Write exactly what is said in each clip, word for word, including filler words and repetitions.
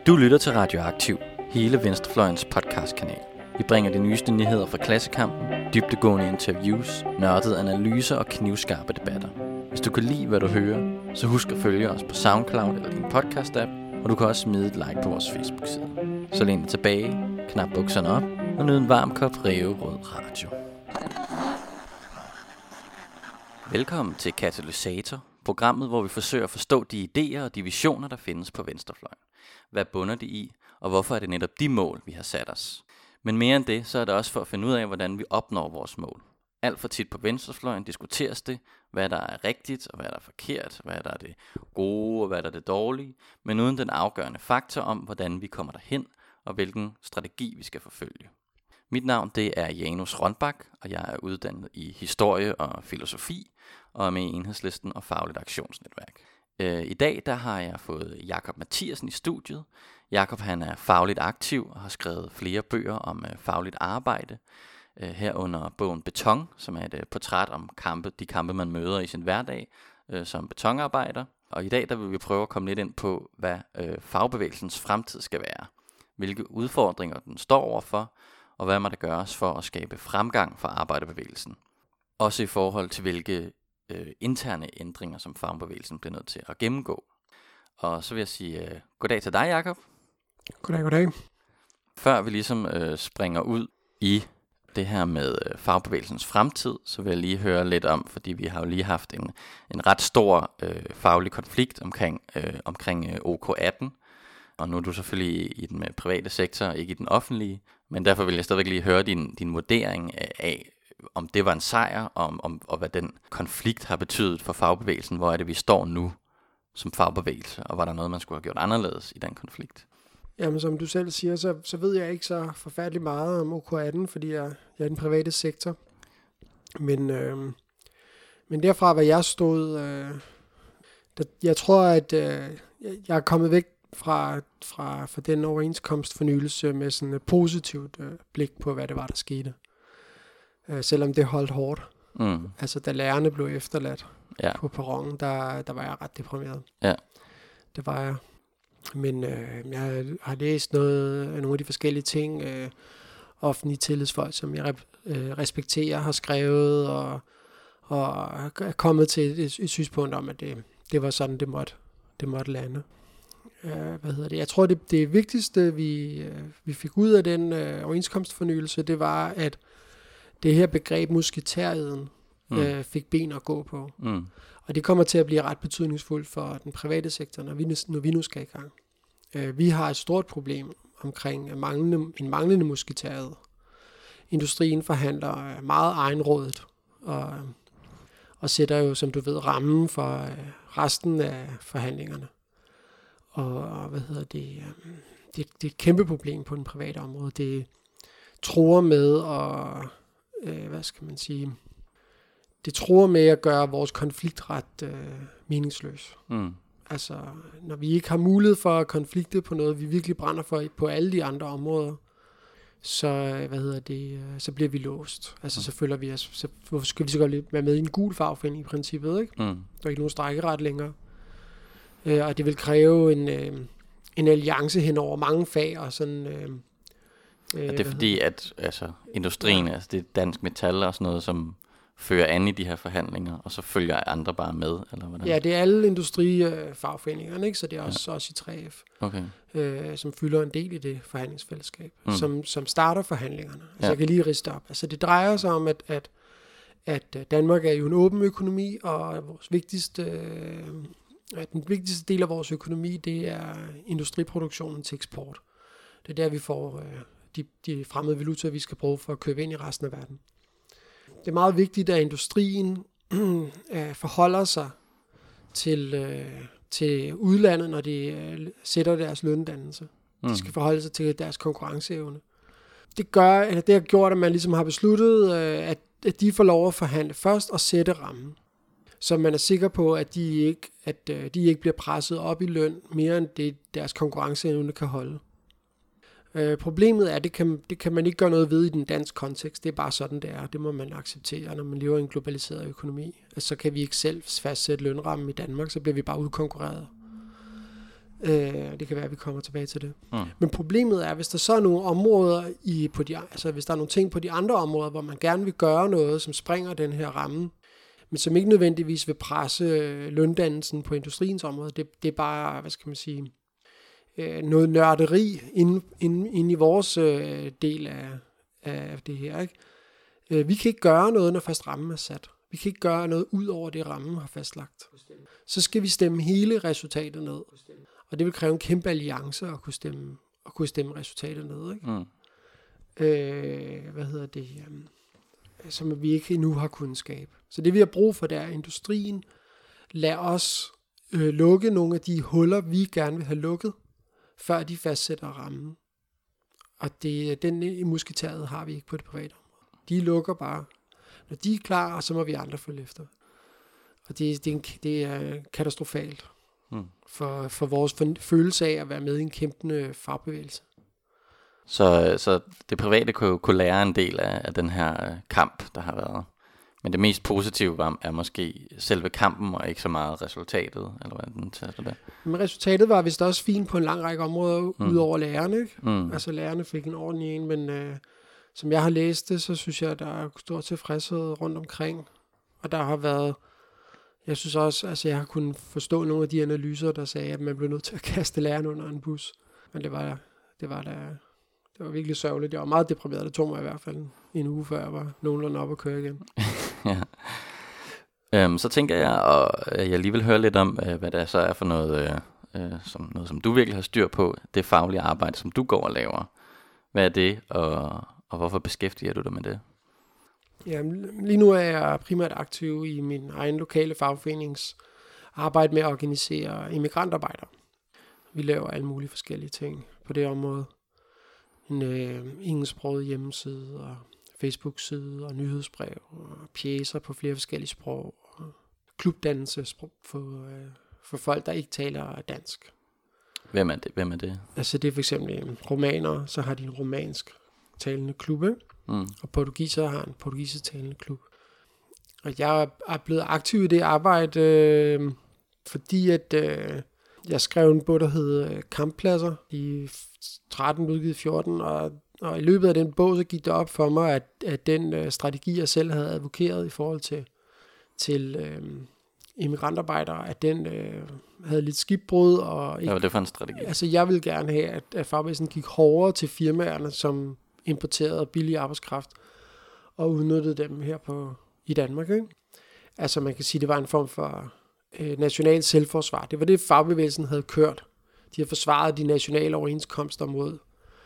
Du lytter til Radioaktiv, hele Venstrefløjens podcastkanal. Vi bringer de nyeste nyheder fra Klassekampen, dybdegående interviews, nørdede analyser og knivskarpe debatter. Hvis du kan lide, hvad du hører, så husk at følge os på SoundCloud eller din podcast-app, og du kan også smide et like på vores Facebook-side. Så læn dig tilbage, knap bukserne op og nyd en varm kop ræverød radio. Velkommen til Katalysator, programmet, hvor vi forsøger at forstå de idéer og de visioner, der findes på venstrefløjen. Hvad bunder de i, og hvorfor er det netop de mål, vi har sat os? Men mere end det, så er det også for at finde ud af, hvordan vi opnår vores mål. Alt for tit på venstrefløjen diskuteres det, hvad der er rigtigt og hvad der er forkert, hvad der er det gode og hvad der er det dårlige, men uden den afgørende faktor om, hvordan vi kommer derhen og hvilken strategi vi skal forfølge. Mit navn det er Janus Rønbak, og jeg er uddannet i historie og filosofi og er med i Enhedslisten og Fagligt Aktionsnetværk. I dag der har jeg fået Jakob Mathiasen i studiet. Jakob han er fagligt aktiv og har skrevet flere bøger om fagligt arbejde. Herunder bogen Beton, som er et portræt om kampe, de kampe man møder i sin hverdag som betonarbejder. Og i dag der vil vi prøve at komme lidt ind på, hvad fagbevægelsens fremtid skal være. Hvilke udfordringer den står overfor, og hvad man der gøres for at skabe fremgang for arbejderbevægelsen. Også i forhold til hvilke øh, interne ændringer, som fagbevægelsen bliver nødt til at gennemgå. Og så vil jeg sige øh, goddag til dig, Jakob. Goddag, goddag. Før vi ligesom øh, springer ud i det her med øh, fagbevægelsens fremtid, så vil jeg lige høre lidt om, fordi vi har jo lige haft en, en ret stor øh, faglig konflikt omkring, øh, omkring øh, O K atten. Og nu er du selvfølgelig i, i den private sektor, ikke i den offentlige. Men derfor vil jeg stadigvæk lige høre din, din vurdering af, af, om det var en sejr, om, om, og hvad den konflikt har betydet for fagbevægelsen. Hvor er det, vi står nu som fagbevægelse, og var der noget, man skulle have gjort anderledes i den konflikt? Jamen, som du selv siger, så, så ved jeg ikke så forfærdeligt meget om O K atten, fordi jeg, jeg er i den private sektor. Men, øh, men derfra, hvad jeg stod, øh, der, jeg tror, at øh, jeg er kommet væk Fra, fra, fra den overenskomstfornyelse med sådan et positivt øh, blik på, hvad det var, der skete. Øh, selvom det holdt hårdt. Mm. Altså, da lærerne blev efterladt ja. på perronen, der, der var jeg ret deprimeret. Ja. Det var jeg. Men øh, jeg har læst noget, nogle af de forskellige ting, øh, offentlige tillidsfolk, som jeg øh, respekterer, har skrevet, og, og er kommet til et, et, et synspunkt om, at det, det var sådan, det måtte, det måtte lande. Uh, hvad hedder det? Jeg tror, det, det vigtigste, vi, uh, vi fik ud af den uh, overenskomstfornyelse, det var, at det her begreb musketæreden mm. uh, fik ben at gå på. Mm. Og det kommer til at blive ret betydningsfuldt for den private sektor, når vi, når vi nu skal i gang. Uh, vi har et stort problem omkring manglende, en manglende musketærede. Industrien forhandler meget egenrådet og, og sætter jo, som du ved, rammen for uh, resten af forhandlingerne. Og hvad hedder det, det, det er et kæmpe problem på den private område. Det truer med at, øh, hvad skal man sige, det truer med at gøre vores konfliktret øh, meningsløs. Mm. Altså, når vi ikke har mulighed for at konflikte på noget, vi virkelig brænder for på alle de andre områder, så, hvad hedder det, så bliver vi låst. Altså, mm. så føler vi os, så hvorfor skal vi så godt være med i en gul fagforening i princippet, ikke? Mm. Der er ikke nogen strejkeret længere. Og det vil kræve en, øh, en alliance hen over mange fag og sådan. Øh, øh, det er fordi, at altså, industrien, ja. altså det er Dansk Metal og sådan noget, som fører an i de her forhandlinger, og så følger andre bare med, eller hvordan? Ja, det er alle industrifagforeningerne, ikke? Så det er også, ja. også i tre F, okay. øh, som fylder en del i det forhandlingsfællesskab, mm. som, som starter forhandlingerne. Altså, ja. jeg kan lige riste op. Altså, det drejer sig om, at, at, at Danmark er jo en åben økonomi, og vores vigtigste... Øh, at den vigtigste del af vores økonomi, det er industriproduktionen til eksport. Det er der, vi får øh, de, de fremmede valutaer, vi skal bruge for at købe ind i resten af verden. Det er meget vigtigt, at industrien øh, forholder sig til, øh, til udlandet, når de øh, sætter deres løndannelse. Mm. De skal forholde sig til deres konkurrenceevne. Det gør, eller det har gjort, at man ligesom har besluttet, øh, at, at de får lov at forhandle først og sætte rammen. Så man er sikker på, at de ikke, at øh, de ikke bliver presset op i løn mere end det deres konkurrenceevne kan holde. Øh, problemet er, at det kan, det kan man ikke gøre noget ved i den danske kontekst. Det er bare sådan, det er. Det må man acceptere, når man lever i en globaliseret økonomi. Altså, så kan vi ikke selv fastsætte lønrammen i Danmark, så bliver vi bare udkonkurreret. Øh, det kan være, at vi kommer tilbage til det. Mm. Men problemet er, hvis der så er nogle områder, i, på de, altså hvis der er nogle ting på de andre områder, hvor man gerne vil gøre noget, som springer den her ramme, men som ikke nødvendigvis vil presse løndannelsen på industriens område. Det, det er bare, hvad skal man sige, øh, noget nørderi inde, inde, inde i vores øh, del af, af det her. Ikke? Øh, vi kan ikke gøre noget, når først rammen er sat. Vi kan ikke gøre noget ud over det, rammen har fastlagt. Så skal vi stemme hele resultatet ned. Og det vil kræve en kæmpe alliance at kunne stemme, at kunne stemme resultatet ned. Ikke? Mm. Øh, hvad hedder det? Um, som vi ikke endnu har kunnet skabe. Så det vi har brug for, det er industrien. Lad os øh, lukke nogle af de huller, vi gerne vil have lukket, før de fastsætter rammen. Og det, den i musketaret har vi ikke på det private område. De lukker bare. Når de er klar, så må vi andre følge efter. Og det, det, er, en, det er katastrofalt mm. for, for vores følelse af at være med i en kæmpende fagbevægelse. Så, så det private kunne, kunne lære en del af, af den her kamp, der har været. Men det mest positive var, er måske selve kampen, og ikke så meget resultatet, eller hvad den tager det. Men resultatet var vist også fint på en lang række områder, mm. ud over lærerne. Ikke? Mm. Altså lærerne fik en ordentlig en, men øh, som jeg har læst det, så synes jeg, der er stor tilfredshed rundt omkring. Og der har været, jeg synes også, altså jeg har kunnet forstå nogle af de analyser, der sagde, at man blev nødt til at kaste lærerne under en bus. Men det var, det var da... Det var virkelig sørgeligt. Jeg var meget deprimeret. Det tog mig i hvert fald en uge, før jeg var nogenlunde op at køre igen. ja. øhm, så tænker jeg, og jeg lige vil høre lidt om, øh, hvad det så er for noget, øh, øh, som, noget, som du virkelig har styr på. Det faglige arbejde, som du går og laver. Hvad er det, og, og hvorfor beskæftiger du dig med det? Ja, lige nu er jeg primært aktiv i min egen lokale fagforenings arbejde med at organisere immigrantarbejdere. Vi laver alle mulige forskellige ting på det område. En øh, engelsksproget hjemmeside, og Facebook-side, og nyhedsbrev, og pjecer på flere forskellige sprog, og klubdannelse for, øh, for folk, der ikke taler dansk. Hvem er det? Hvem er det? Altså det er for eksempel romaner, så har de en romansk talende klub, ikke? Mm. Og portugiser har en portugisisk talende klub. Og jeg er blevet aktiv i det arbejde, øh, fordi at... Øh, Jeg skrev en bog, der hed Kamppladser i tretten, udgivet fjorten, og, og i løbet af den bog, så gik det op for mig, at, at den øh, strategi, jeg selv havde advokeret i forhold til, til øh, immigrantarbejdere, at den øh, havde lidt skibbrud. Og ikke, Hvad var det for en strategi? Altså, jeg ville gerne have, at, at fagbevægelsen gik hårdere til firmaerne, som importerede billig arbejdskraft, og udnyttede dem her på, i Danmark. Ikke? Altså, man kan sige, det var en form for... national selvforsvar. Det var det, fagbevægelsen havde kørt. De havde forsvaret de nationale overenskomster mod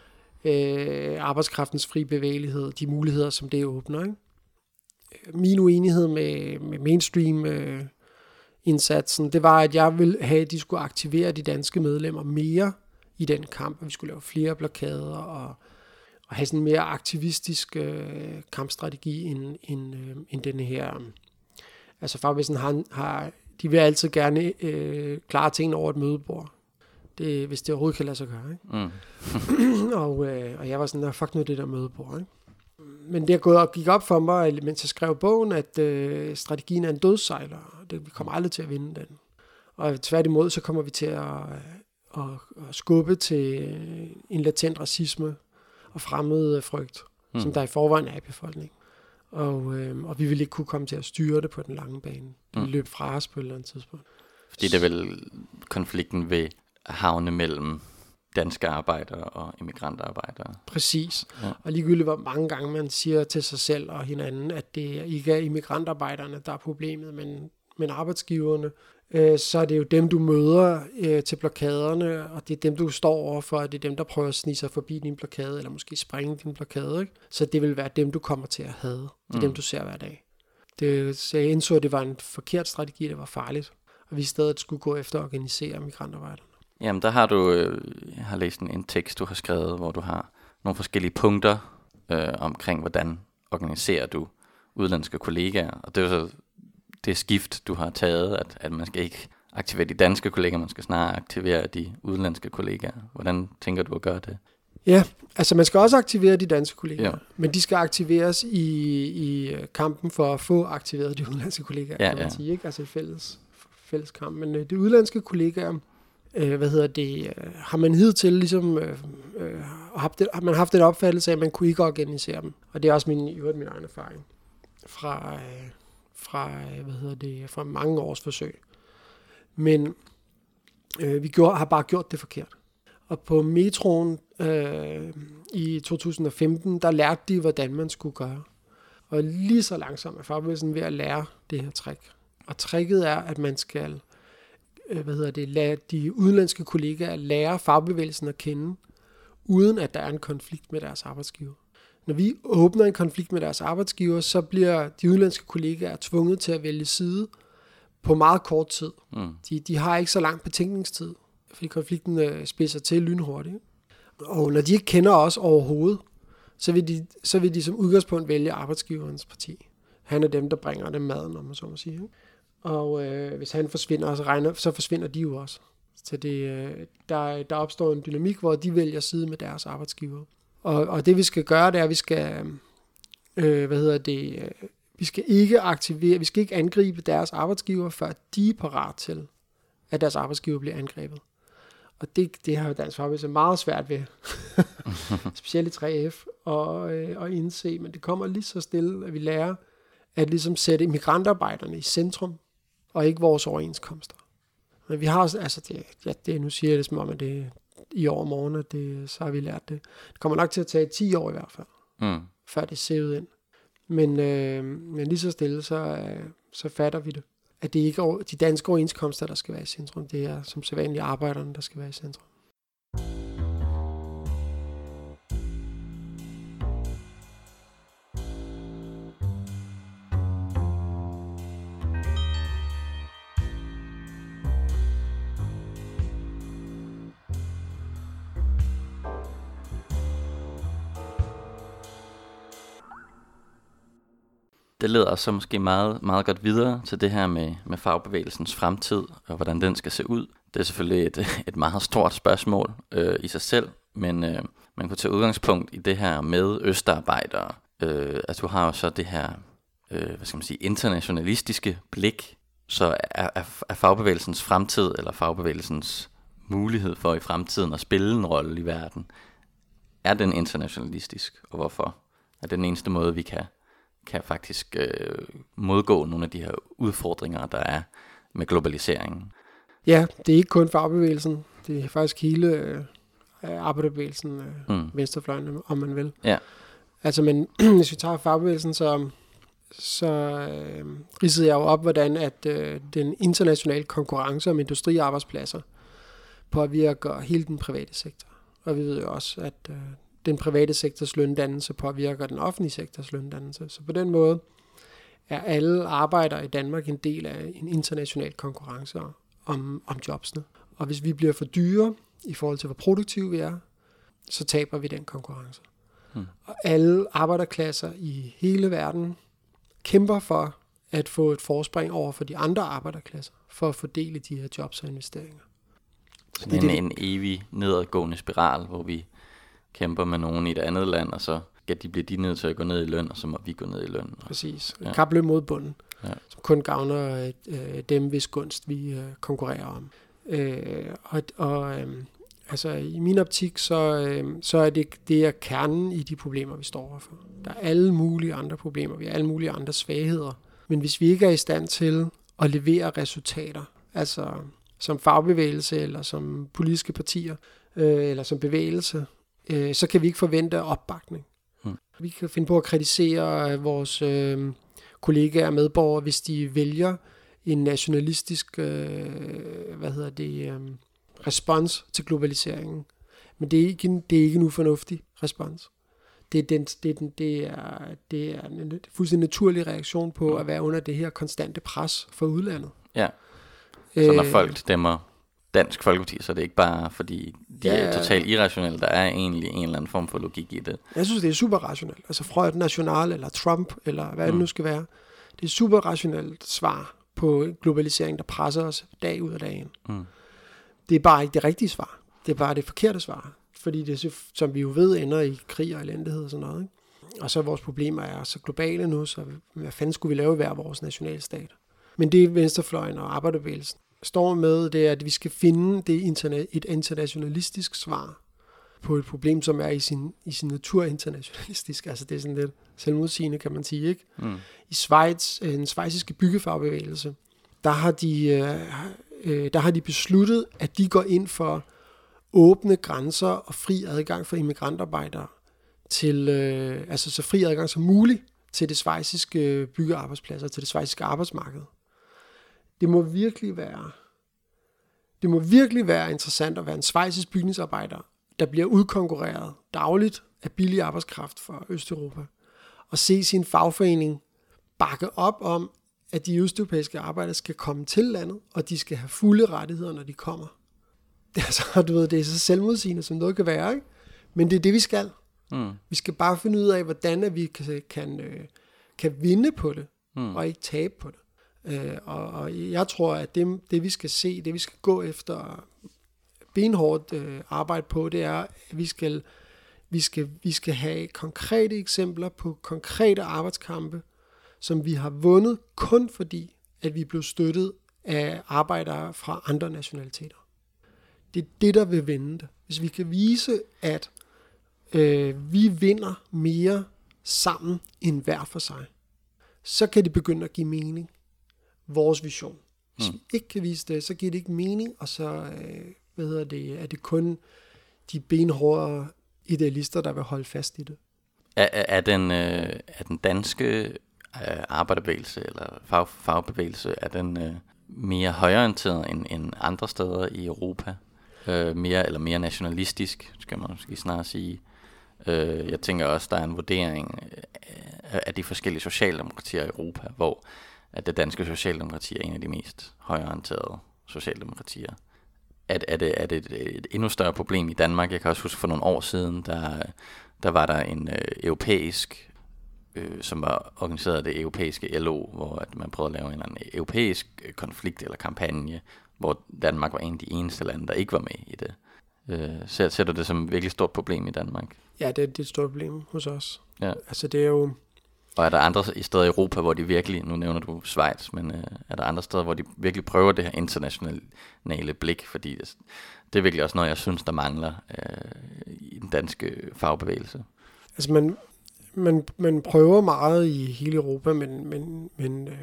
øh, arbejdskraftens fri bevægelighed, de muligheder, som det åbner. Ikke? Min uenighed med, med mainstream øh, indsatsen, det var, at jeg ville have, at de skulle aktivere de danske medlemmer mere i den kamp, og vi skulle lave flere blokader og, og have sådan en mere aktivistisk øh, kampstrategi end, end, øh, end den her. Altså fagbevægelsen har, har de vil altid gerne øh, klare tingene over et mødebord. Det, hvis det overhovedet kan lade sig gøre. Ikke? Mm. og, øh, og jeg var sådan, fuck nu det der mødebord. Ikke? Men det er gået og gik op for mig, mens jeg skrev bogen, at øh, strategien er en dødssejler. Det, vi kommer aldrig til at vinde den. Og tværtimod, så kommer vi til at, at, at skubbe til en latent racisme og fremmed frygt, mm. som der i forvejen er i befolkningen. Og, øh, og vi ville ikke kunne komme til at styre det på den lange bane. Det ville løbe fra os på et eller andet tidspunkt. Fordi det er vel konflikten ved havne mellem danske arbejdere og immigrantarbejdere. Præcis. Ja. Og ligegyldigt hvor mange gange man siger til sig selv og hinanden, at det ikke er immigrantarbejderne, der er problemet, men, men arbejdsgiverne, øh, så er det jo dem, du møder øh, til blokaderne, og det er dem, du står overfor, og det er dem, der prøver at snige sig forbi din blokade, eller måske sprænge din blokade. Ikke? Så det vil være dem, du kommer til at hade. Det er mm. dem, du ser hver dag. Det, så jeg indså, at det var en forkert strategi, det var farligt, og vi i stedet skulle gå efter at organisere migrantarbejderne. Jamen, der har du, øh, jeg har læst en, en tekst, du har skrevet, hvor du har nogle forskellige punkter øh, omkring, hvordan organiserer du udenlandske kollegaer, og det er jo så det skift, du har taget, at, at man skal ikke aktivere de danske kollegaer, man skal snarere aktivere de udenlandske kollegaer. Hvordan tænker du at gøre det? Ja, altså man skal også aktivere de danske kollegaer, ja. men de skal aktiveres i, i kampen for at få aktiveret de udenlandske kollegaer, ja, kan man ja. sige, ikke? Altså i fælles, fælles kamp. Men øh, de udenlandske kollegaer øh, hvad hedder det, øh, har man hidtil ligesom, øh, øh, haft det, har man haft et opfattelse af, at man kunne ikke organisere dem. Og det er også min, i øvrigt min egen erfaring fra, øh, fra, øh, hvad hedder det, fra mange års forsøg. Men øh, vi gjorde, har bare gjort det forkert. Og på metroen øh, i to tusind og femten, der lærte de, hvordan man skulle gøre. Og lige så langsomt er fagbevægelsen ved at lære det her trick. Og tricket er, at man skal øh, hvad hedder det, lade de udenlandske kollegaer lære fagbevægelsen at kende, uden at der er en konflikt med deres arbejdsgiver. Når vi åbner en konflikt med deres arbejdsgiver, så bliver de udenlandske kollegaer tvunget til at vælge side på meget kort tid. Mm. De, de har ikke så lang betænkningstid, fordi konflikten øh, spidser til lynhurtigt. Og når de ikke kender os overhovedet, så vil de, så vil de som udgangspunkt vælge arbejdsgiverens parti. Han er dem, der bringer dem maden, om man så må sige. Ikke? Og øh, hvis han forsvinder, så, regner, så forsvinder de jo også. Så det, øh, der, der opstår en dynamik, hvor de vælger side med deres arbejdsgiver. Og, og det vi skal gøre, det er, at vi skal, øh, hvad hedder det, øh, vi skal ikke aktivere, vi skal ikke angribe deres arbejdsgiver, før de er parat til, at deres arbejdsgiver bliver angrebet. Og det, det har jo Dansk Fagbevægelse meget svært ved, specielt i tre F, og, øh, at indse, men det kommer lige så stille, at vi lærer at ligesom sætte migrantarbejderne i centrum, og ikke vores overenskomster. Men vi har også, altså det, ja, det, nu siger jeg det som om, at det i år og morgen, at det, så har vi lært det. Det kommer nok til at tage ti år i hvert fald, mm. før det ser ud ind. Men, øh, men lige så stille, så, øh, så fatter vi det. At det ikke er de danske overenskomster, der skal være i centrum. Det er som sædvanlige arbejderne, der skal være i centrum. Det leder os så måske meget, meget godt videre til det her med, med fagbevægelsens fremtid, og hvordan den skal se ud. Det er selvfølgelig et, et meget stort spørgsmål øh, i sig selv, men øh, man kunne tage udgangspunkt i det her med østarbejdere. Øh, altså du har jo så det her øh, hvad skal man sige, internationalistiske blik, så er, er, er fagbevægelsens fremtid, eller fagbevægelsens mulighed for i fremtiden at spille en rolle i verden, er den internationalistisk, og hvorfor? Er det den eneste måde, vi kan kan faktisk øh, modgå nogle af de her udfordringer, der er med globaliseringen. Ja, det er ikke kun fagbevægelsen. Det er faktisk hele øh, arbejderbevægelsen, øh, mm. venstrefløjen, om man vil. Ja. Altså, men hvis vi tager fagbevægelsen, så, så øh, ridsede jeg jo op, hvordan at øh, den internationale konkurrence om industriarbejdspladser påvirker hele den private sektor. Og vi ved jo også, at øh, den private sektors løndannelse påvirker den offentlige sektors løndannelse. Så på den måde er alle arbejdere i Danmark en del af en international konkurrence om, om jobsene. Og hvis vi bliver for dyre i forhold til, hvor produktive vi er, så taber vi den konkurrence. Hmm. Og alle arbejderklasser i hele verden kæmper for at få et forspring over for de andre arbejderklasser, for at fordele de her jobs og investeringer. Så det er en, en evig nedadgående spiral, hvor vi kæmper med nogen i et andet land, og så skal de blive de nødt til at gå ned i løn, og så må vi gå ned i løn. Præcis. Ja. Kapløb mod bunden, ja. Som kun gavner øh, dem, hvis gunst vi øh, konkurrerer om. Øh, og og øh, altså i min optik, så, øh, så er det, det er kernen i de problemer, vi står overfor. Der er alle mulige andre problemer, vi har alle mulige andre svagheder. Men hvis vi ikke er i stand til at levere resultater, altså som fagbevægelse, eller som politiske partier, øh, eller som bevægelse, så kan vi ikke forvente opbakning. Hmm. Vi kan finde på at kritisere vores øh, kollegaer og medborgere, hvis de vælger en nationalistisk øh, hvad hedder det, øh, respons til globaliseringen. Men det er ikke en, det er ikke en ufornuftig respons. Det er, den, det, er den, det, er, det er en fuldstændig naturlig reaktion på at være under det her konstante pres fra udlandet. Ja. Så når folk stemmer Dansk Folkeparti, så det er ikke bare fordi de ja, er totalt irrationelle, der er egentlig en eller anden form for logik i det. Jeg synes, det er super rationelt. Altså Front National eller Trump, eller hvad mm. det nu skal være. Det er et super rationelt svar på globalisering, der presser os dag ud af dagen. Mm. Det er bare ikke det rigtige svar. Det er bare det forkerte svar. Fordi det, som vi jo ved, ender i krig og elendighed og sådan noget. Ikke? Og så vores problemer er så globale nu, så hvad fanden skulle vi lave hver vores nationalstat? Men det venstrefløjen og arbejderbevægelsen står med, det er, at vi skal finde det interna- et internationalistisk svar på et problem, som er i sin, i sin natur internationalistisk. Altså det er sådan lidt selvmodsigende, kan man sige, ikke? Mm. I Schweiz, den schweiziske byggefagbevægelse, der har de, øh, der har de besluttet, at de går ind for åbne grænser og fri adgang for immigrantarbejdere til, øh, altså så fri adgang som muligt til det schweiziske byggearbejdspladser, til det schweiziske arbejdsmarked. Det må virkelig være, det må virkelig være interessant at være en schweizisk bygningsarbejder, der bliver udkonkurreret dagligt af billig arbejdskraft fra Østeuropa, og se sin fagforening bakke op om, at de østeuropæiske arbejdere skal komme til landet, og de skal have fulde rettigheder, når de kommer. Det er, så, du ved, det er så selvmodsigende, som noget kan være, ikke? Men det er det, vi skal. Mm. Vi skal bare finde ud af, hvordan at vi kan, kan, kan vinde på det, mm. og ikke tabe på det. Øh, og, og jeg tror, at det, det, vi skal se, det vi skal gå efter benhårdt øh, arbejde på, det er, at vi skal, vi, skal, vi skal have konkrete eksempler på konkrete arbejdskampe, som vi har vundet kun fordi, at vi blev støttet af arbejdere fra andre nationaliteter. Det er det, der vil vinde det. Hvis vi kan vise, at øh, vi vinder mere sammen end hver for sig, så kan det begynde at give mening. Vores vision. Hvis mm. vi ikke kan vise det, så giver det ikke mening, og så øh, hvad hedder det, er det kun de benhårde idealister, der vil holde fast i det. Er, er, er, den, øh, er den danske øh, arbejderbevægelse eller fag, fagbevægelse, er den øh, mere højreorienteret end, end andre steder i Europa? Øh, mere eller mere nationalistisk, skal man måske snart sige. Øh, jeg tænker også, der er en vurdering af, af de forskellige socialdemokratier i Europa, hvor at det danske socialdemokrati er en af de mest højreorienterede socialdemokratier. At, er, det, er det et, et endnu større problem i Danmark? Jeg kan også huske for nogle år siden, der, der var der en øh, europæisk, øh, som var organiseret af det europæiske L O, hvor at man prøvede at lave en, en europæisk konflikt eller kampagne, hvor Danmark var en af de eneste lande, der ikke var med i det. Øh, ser, ser du det som et virkelig stort problem i Danmark? Ja, det, det er et stort problem hos os. Ja. Altså det er jo... Og er der andre steder i Europa, hvor de virkelig, nu nævner du Schweiz, men øh, er der andre steder, hvor de virkelig prøver det her internationale blik? Fordi det, det er virkelig også noget, jeg synes, der mangler øh, i den danske fagbevægelse. Altså man, man, man prøver meget i hele Europa, men, men, men øh,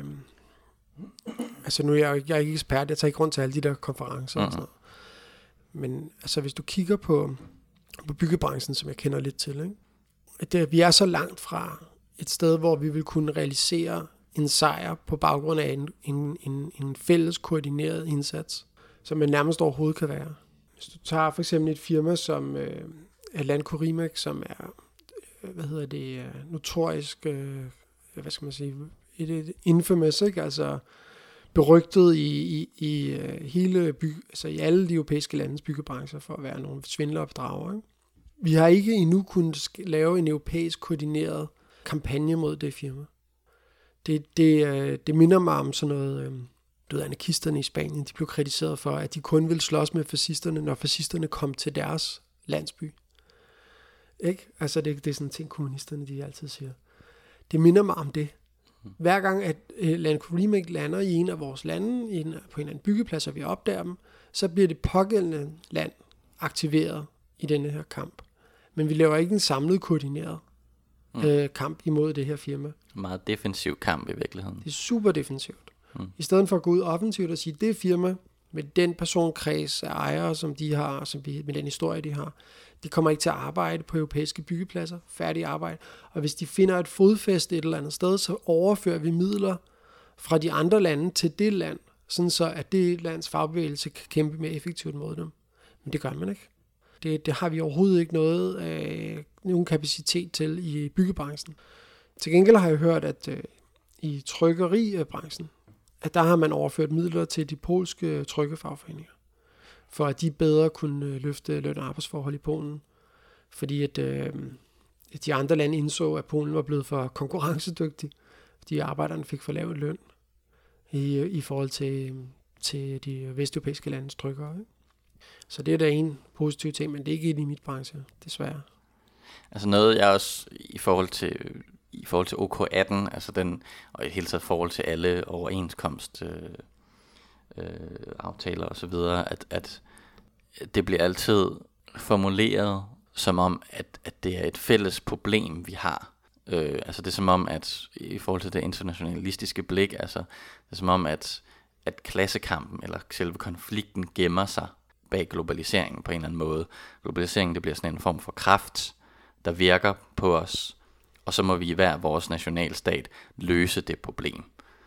altså nu er jeg, jeg er ikke ekspert, jeg tager ikke rundt til alle de der konferencer mm-hmm. og sådan noget. Men altså hvis du kigger på, på byggebranchen, som jeg kender lidt til, ikke? At det, vi er så langt fra et sted, hvor vi vil kunne realisere en sejr på baggrund af en, en, en, en fælles koordineret indsats, som man nærmest overhovedet kan være. Hvis du tager for eksempel et firma som øh, Landco Rimac, som er øh, hvad hedder det, notorisk, øh, hvad skal man sige, et, et infamous, ikke? Altså berygtet i, i, i hele by, altså i alle de europæiske landes byggebrancher for at være nogle svindlere og bedragere, ikke? Vi har ikke endnu kunnet lave en europæisk koordineret kampagne mod det firma. Det, det, det minder mig om sådan noget, du ved, anarkisterne i Spanien, de blev kritiseret for, at de kun ville slås med fascisterne, når fascisterne kom til deres landsby. Ikke? Altså det, det er sådan en ting, kommunisterne de altid siger. Det minder mig om det. Hver gang, at Landco Rimac lander i en af vores lande, i en, på en eller anden byggeplads, og vi opdager dem, så bliver det pågældende land aktiveret i denne her kamp. Men vi laver ikke en samlet koordineret mm. øh, kamp imod det her firma. Meget defensiv kamp i virkeligheden. Det er super defensivt. Mm. I stedet for at gå ud offensivt og sige, det firma med den personkreds af ejere, som de har, som vi, med den historie, de har, de kommer ikke til at arbejde på europæiske byggepladser, færdig arbejde. Og hvis de finder et fodfæste et eller andet sted, så overfører vi midler fra de andre lande til det land, sådan så at det lands fagbevægelse kan kæmpe mere effektivt mod dem. Men det gør man ikke. Det, det har vi overhovedet ikke noget øh, nogen kapacitet til i byggebranchen. Til gengæld har jeg hørt, at øh, i trykkeribranchen, at der har man overført midler til de polske trykkefagforeninger, for at de bedre kunne løfte løn- og arbejdsforhold i Polen. Fordi at øh, de andre lande indså, at Polen var blevet for konkurrencedygtig, fordi arbejderne fik for lav løn i, i forhold til, til de vesteuropæiske landes trykkere, ikke? Så det er da en positiv ting, men det er ikke i mit branche, desværre. Altså noget, jeg også i forhold til i forhold til O K atten, altså den, og i hele taget forhold til alle overenskomst øh, øh, aftaler osv., at, at det bliver altid formuleret som om, at, at det er et fælles problem, vi har. Øh, altså det er som om, at i forhold til det internationalistiske blik, altså det er som om, at, at klassekampen eller selve konflikten gemmer sig bag globaliseringen på en eller anden måde. Globaliseringen, det bliver sådan en form for kraft, der virker på os, og så må vi i hver vores nationalstat løse det problem.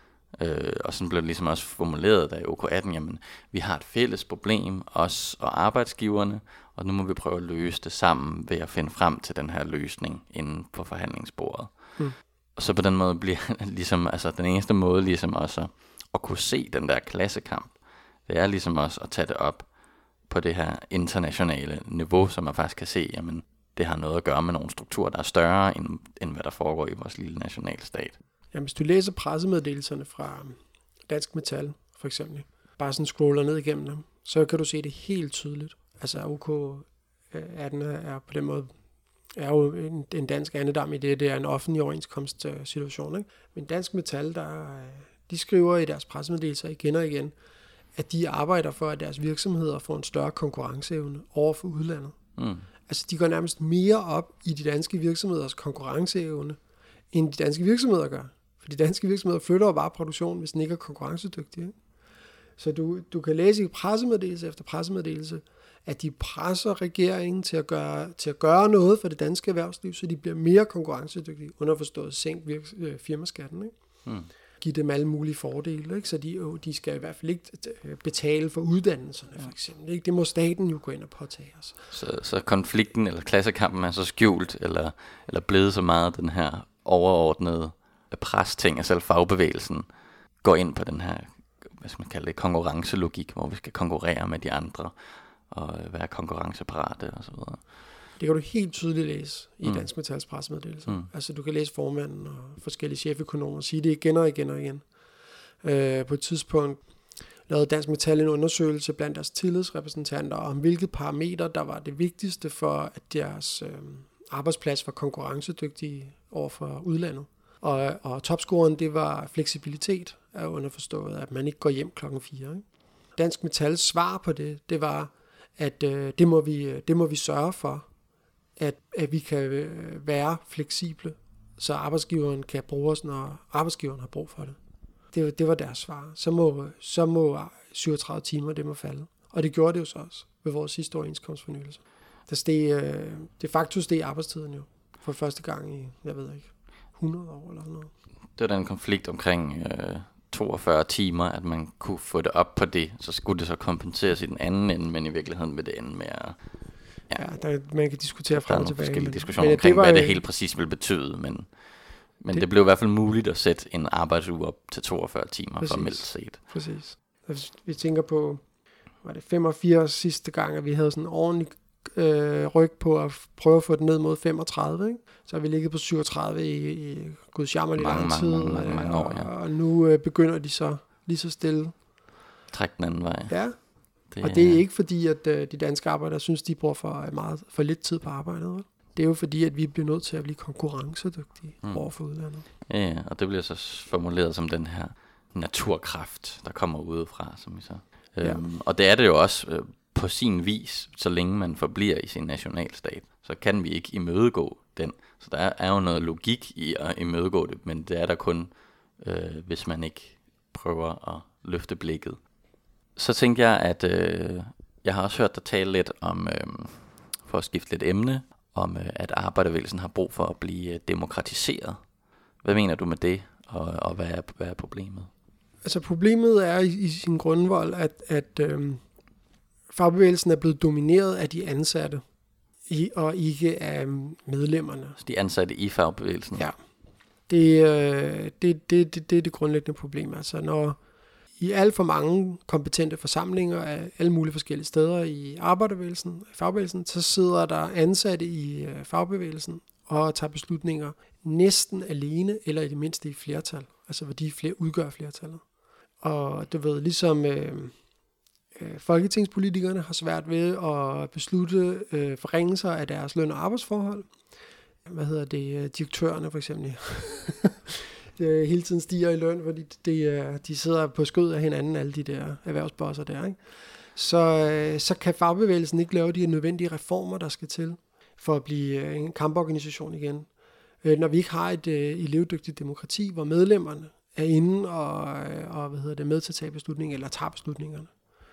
Øh, og sådan blev det ligesom også formuleret der i O K atten, jamen vi har et fælles problem, os og arbejdsgiverne, og nu må vi prøve at løse det sammen ved at finde frem til den her løsning inden på forhandlingsbordet. Mm. Og så på den måde bliver ligesom, altså den eneste måde ligesom også at, at kunne se den der klassekamp, det er ligesom også at tage det op på det her internationale niveau, så man faktisk kan se, jamen det har noget at gøre med nogle strukturer, der er større end, end hvad der foregår i vores lille nationalstat. Jamen, hvis du læser pressemeddelelserne fra Dansk Metal, for eksempel, bare sådan scroller ned igennem dem, så kan du se det helt tydeligt. Altså O K atten er på den måde, er jo en, en dansk andedam i det, det er en offentlig overenskomstsituation, ikke? Men Dansk Metal, der, de skriver i deres pressemeddelelser igen og igen, at de arbejder for, at deres virksomheder får en større konkurrenceevne over for udlandet. Mm. Altså, de går nærmest mere op i de danske virksomheders konkurrenceevne, end de danske virksomheder gør. For de danske virksomheder flytter jo bare produktionen, hvis den ikke er konkurrencedygtig. Ikke? Så du, du kan læse i pressemeddelelse efter pressemeddelelse, at de presser regeringen til at, gøre, til at gøre noget for det danske erhvervsliv, så de bliver mere konkurrencedygtige, underforstået sænk virks- øh, firmaskatten. Ikke? Hmm. Giv dem alle mulige fordele, ikke? Så de, øh, de skal i hvert fald ikke betale for uddannelserne, for eksempel. Ikke? Det må staten jo gå ind og påtage os. Så, så konflikten eller klassekampen er så skjult, eller, eller blevet så meget den her overordnede presting af selv fagbevægelsen, går ind på den her, hvad skal man kalde det, konkurrencelogik, hvor vi skal konkurrere med de andre, og være konkurrenceparate og så videre. Det kan du helt tydeligt læse i mm. Dansk Metals pressemeddelelse. Mm. Altså du kan læse formanden og forskellige cheføkonomer sige det igen og igen og igen. Øh, på et tidspunkt lavede Dansk Metal en undersøgelse blandt deres tillidsrepræsentanter om hvilket parameter, der var det vigtigste for, at deres øh, arbejdsplads var konkurrencedygtig over for udlandet. Og, og topscoren, det var fleksibilitet, er underforstået, at man ikke går hjem klokken fire. Ikke? Dansk Metals svar på det, det var, at øh, det, må vi, det må vi sørge for, at, at vi kan være fleksible, så arbejdsgiveren kan bruge os, når arbejdsgiveren har brug for det. Det, det var deres svar. Så må, så må syvogtredive timer, det må falde. Og det gjorde det jo så også ved vores sidste overenskomstfornyelse. Der steg, øh, de facto steg arbejdstiden jo for første gang i, jeg ved ikke, hundrede år eller sådan noget. Det var den konflikt omkring øh, toogfyrre timer, at man kunne få det op på det, så skulle det så kompenseres i den anden ende, men i virkeligheden vil det ende med at... Ja, ja der, man kan diskutere frem og tilbage. Der er nogle forskellige diskussioner men, omkring, det hvad det helt præcis vil betyde, men, men det, det blev i hvert fald muligt at sætte en arbejdsuge op til toogfyrre timer præcis, formelt set. Præcis. Hvis vi tænker på, var det femogfirs sidste gang, at vi havde sådan en ordentlig øh, ryg på at prøve at få den ned mod femogtredive, ikke? Så har vi ligget på syvogtredive i, i gudsjammerlig lang tid, mange, mange, mange år, ja. og, og nu øh, begynder de så lige så stille. Træk den anden vej. Ja, det, og det er ikke fordi, at øh, de danske arbejdere synes, de bruger for, meget, for lidt tid på arbejdet. Vel? Det er jo fordi, at vi bliver nødt til at blive konkurrencedygtige mm. over for udlandet. Ja, og det bliver så formuleret som den her naturkraft, der kommer udefra, som vi så. Ja. Øhm, og det er det jo også øh, på sin vis, så længe man forbliver i sin nationalstat, så kan vi ikke imødegå den. Så der er, er jo noget logik i at imødegå det, men det er der kun, øh, hvis man ikke prøver at løfte blikket. Så tænker jeg, at øh, jeg har også hørt dig tale lidt om, øh, for at skifte lidt emne, om øh, at arbejderbevægelsen har brug for at blive øh, demokratiseret. Hvad mener du med det, og, og hvad, er, hvad er problemet? Altså problemet er i, i sin grundvold, at, at øh, fagbevægelsen er blevet domineret af de ansatte, i, og ikke af medlemmerne. Så de ansatte i fagbevægelsen? Ja. Det, øh, det, det, det, det er det grundlæggende problem. Altså når i alt for mange kompetente forsamlinger af alle mulige forskellige steder i arbejderbevægelsen, fagbevægelsen, så sidder der ansatte i øh, fagbevægelsen og tager beslutninger næsten alene, eller i det mindste i flertal. Altså hvor de flere udgør flertallet. Og du ved, ligesom øh, øh, folketingspolitikerne har svært ved at beslutte øh, forringelser af deres løn- og arbejdsforhold. Hvad hedder det? Direktørerne for eksempel det hele tiden stiger i løn, fordi de, de sidder på skød af hinanden, alle de der erhvervsbosser der, ikke? Så, så kan fagbevægelsen ikke lave de nødvendige reformer, der skal til for at blive en kamporganisation igen. Når vi ikke har et, et levedygtigt demokrati, hvor medlemmerne er inde og, og hvad hedder det, med til at tage beslutninger, eller tager beslutningerne.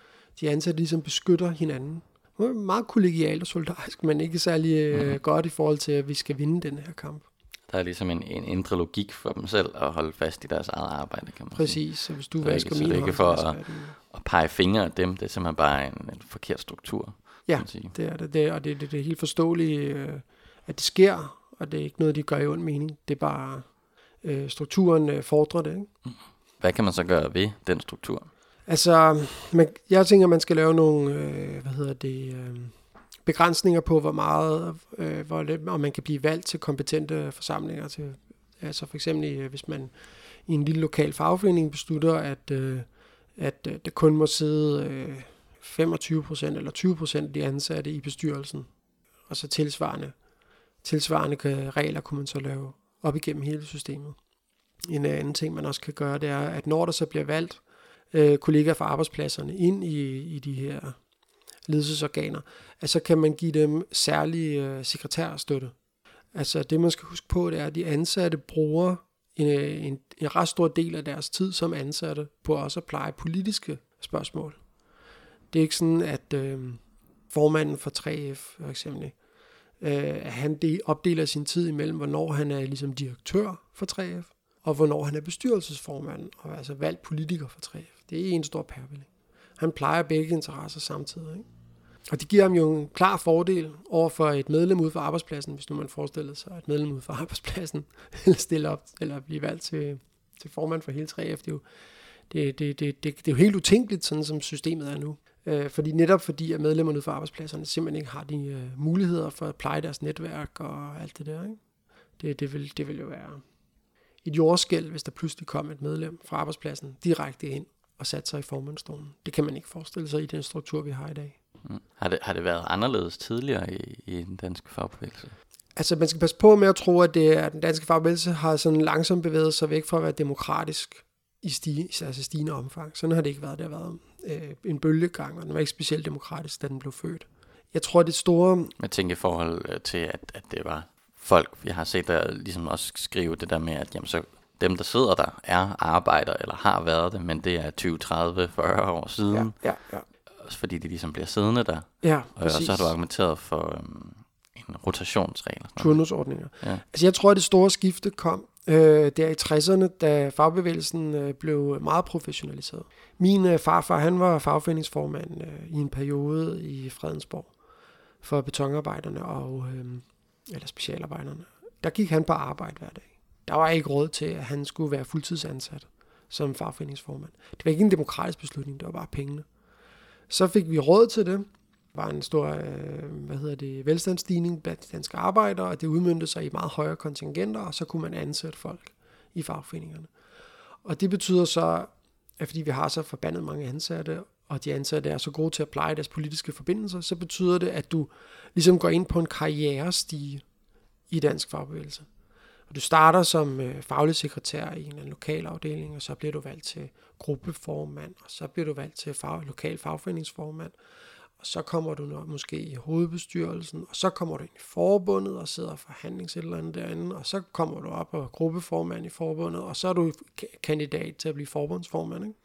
De ansatte ligesom beskytter hinanden. Meget kollegialt og solidarisk, men ikke særlig mm-hmm. godt i forhold til, at vi skal vinde den her kamp. Der er ligesom en, en indre logik for dem selv at holde fast i deres eget arbejde, kan man Præcis, sige. så hvis du så vasker ikke, min så det er ikke for hånd, at, at pege fingre af dem, det er simpelthen bare en, en forkert struktur. Ja, det er det, det er, og det, det, det er helt forståeligt, at det sker, og det er ikke noget, de gør i ond mening. Det er bare, øh, strukturen øh, fordrer det, ikke? Hvad kan man så gøre ved den struktur? Altså, man, jeg tænker, man skal lave nogle, øh, hvad hedder det, øh, begrænsninger på, hvor meget, øh, hvor lidt, og man kan blive valgt til kompetente forsamlinger. Til, altså for eksempel, øh, hvis man i en lille lokal fagforening beslutter, at, øh, at øh, der kun må sidde øh, femogtyve procent eller tyve procent af de ansatte i bestyrelsen, og så tilsvarende, tilsvarende regler kunne man så lave op igennem hele systemet. En anden ting, man også kan gøre, det er, at når der så bliver valgt øh, kollegaer fra arbejdspladserne ind i, i de her ledelsesorganer, altså kan man give dem særlig øh, sekretærstøtte. Altså det, man skal huske på, det er, at de ansatte bruger en, en, en ret stor del af deres tid som ansatte på også at pleje politiske spørgsmål. Det er ikke sådan, at øh, formanden for tre F, for eksempel, øh, han de, opdeler sin tid imellem, hvornår han er ligesom direktør for tre F, og hvornår han er bestyrelsesformand, og altså valgt politiker for tre F. Det er en stor pærevælling. Han plejer begge interesser samtidig, ikke? Og det giver ham jo en klar fordel over for et medlem ude for arbejdspladsen, hvis nu man forestiller sig, at et medlem ude for arbejdspladsen eller stille op, eller blive valgt til, til formand for hele tre F. Det er jo, det, det, det, det, det er jo helt utænkeligt, sådan som systemet er nu. Øh, fordi netop fordi, at medlemmerne ude for arbejdspladserne simpelthen ikke har de øh, muligheder for at pleje deres netværk og alt det der, ikke? Det, det, vil, det vil jo være et jordskælv, hvis der pludselig kom et medlem fra arbejdspladsen direkte ind og satte sig i formandsstolen. Det kan man ikke forestille sig i den struktur, vi har i dag. Mm. Har, det, har det været anderledes tidligere i, i den danske fagbevægelse? Altså, man skal passe på med at tro, at, det, at den danske fagbevægelse har sådan langsomt bevæget sig væk fra at være demokratisk i stige, altså stigende omfang. Sådan har det ikke været. Det har været øh, en bølgegang, og den var ikke specielt demokratisk, da den blev født. Jeg tror, det store... Jeg tænker i forhold til, at, at det var folk, jeg har set der ligesom også skrive det der med, at jamen, så dem, der sidder der, er arbejder eller har været det, men det er tyve, tredive, fyrre år siden. Ja, ja, ja. Også fordi de ligesom bliver siddende der. Ja, og så har du argumenteret for øhm, en rotationsregel. Turnusordninger. Ja. Altså jeg tror, at det store skifte kom øh, der i tresserne, da fagbevægelsen øh, blev meget professionaliseret. Min øh, farfar, han var fagforeningsformand øh, i en periode i Fredensborg for betonarbejderne og øh, eller specialarbejderne. Der gik han på arbejde hver dag. Der var ikke råd til, at han skulle være fuldtidsansat som fagforeningsformand. Det var ikke en demokratisk beslutning, det var bare pengene. Så fik vi råd til det. Der var en stor øh, hvad hedder det, velstandsstigning blandt de danske arbejdere, og det udmøntede sig i meget højere kontingenter, og så kunne man ansætte folk i fagforeningerne. Og det betyder så, at fordi vi har så forbandet mange ansatte, og de ansatte er så gode til at pleje deres politiske forbindelser, så betyder det, at du ligesom går ind på en karrierestige i dansk fagbevægelse. Og du starter som øh, faglig sekretær i en eller anden lokal afdeling, og så bliver du valgt til gruppeformand, og så bliver du valgt til fag, lokal fagforeningsformand, og så kommer du nok måske i hovedbestyrelsen, og så kommer du ind i forbundet og sidder forhandlings et eller andet derinde, og så kommer du op og gruppeformand i forbundet, og så er du kandidat til at blive forbundsformand, ikke?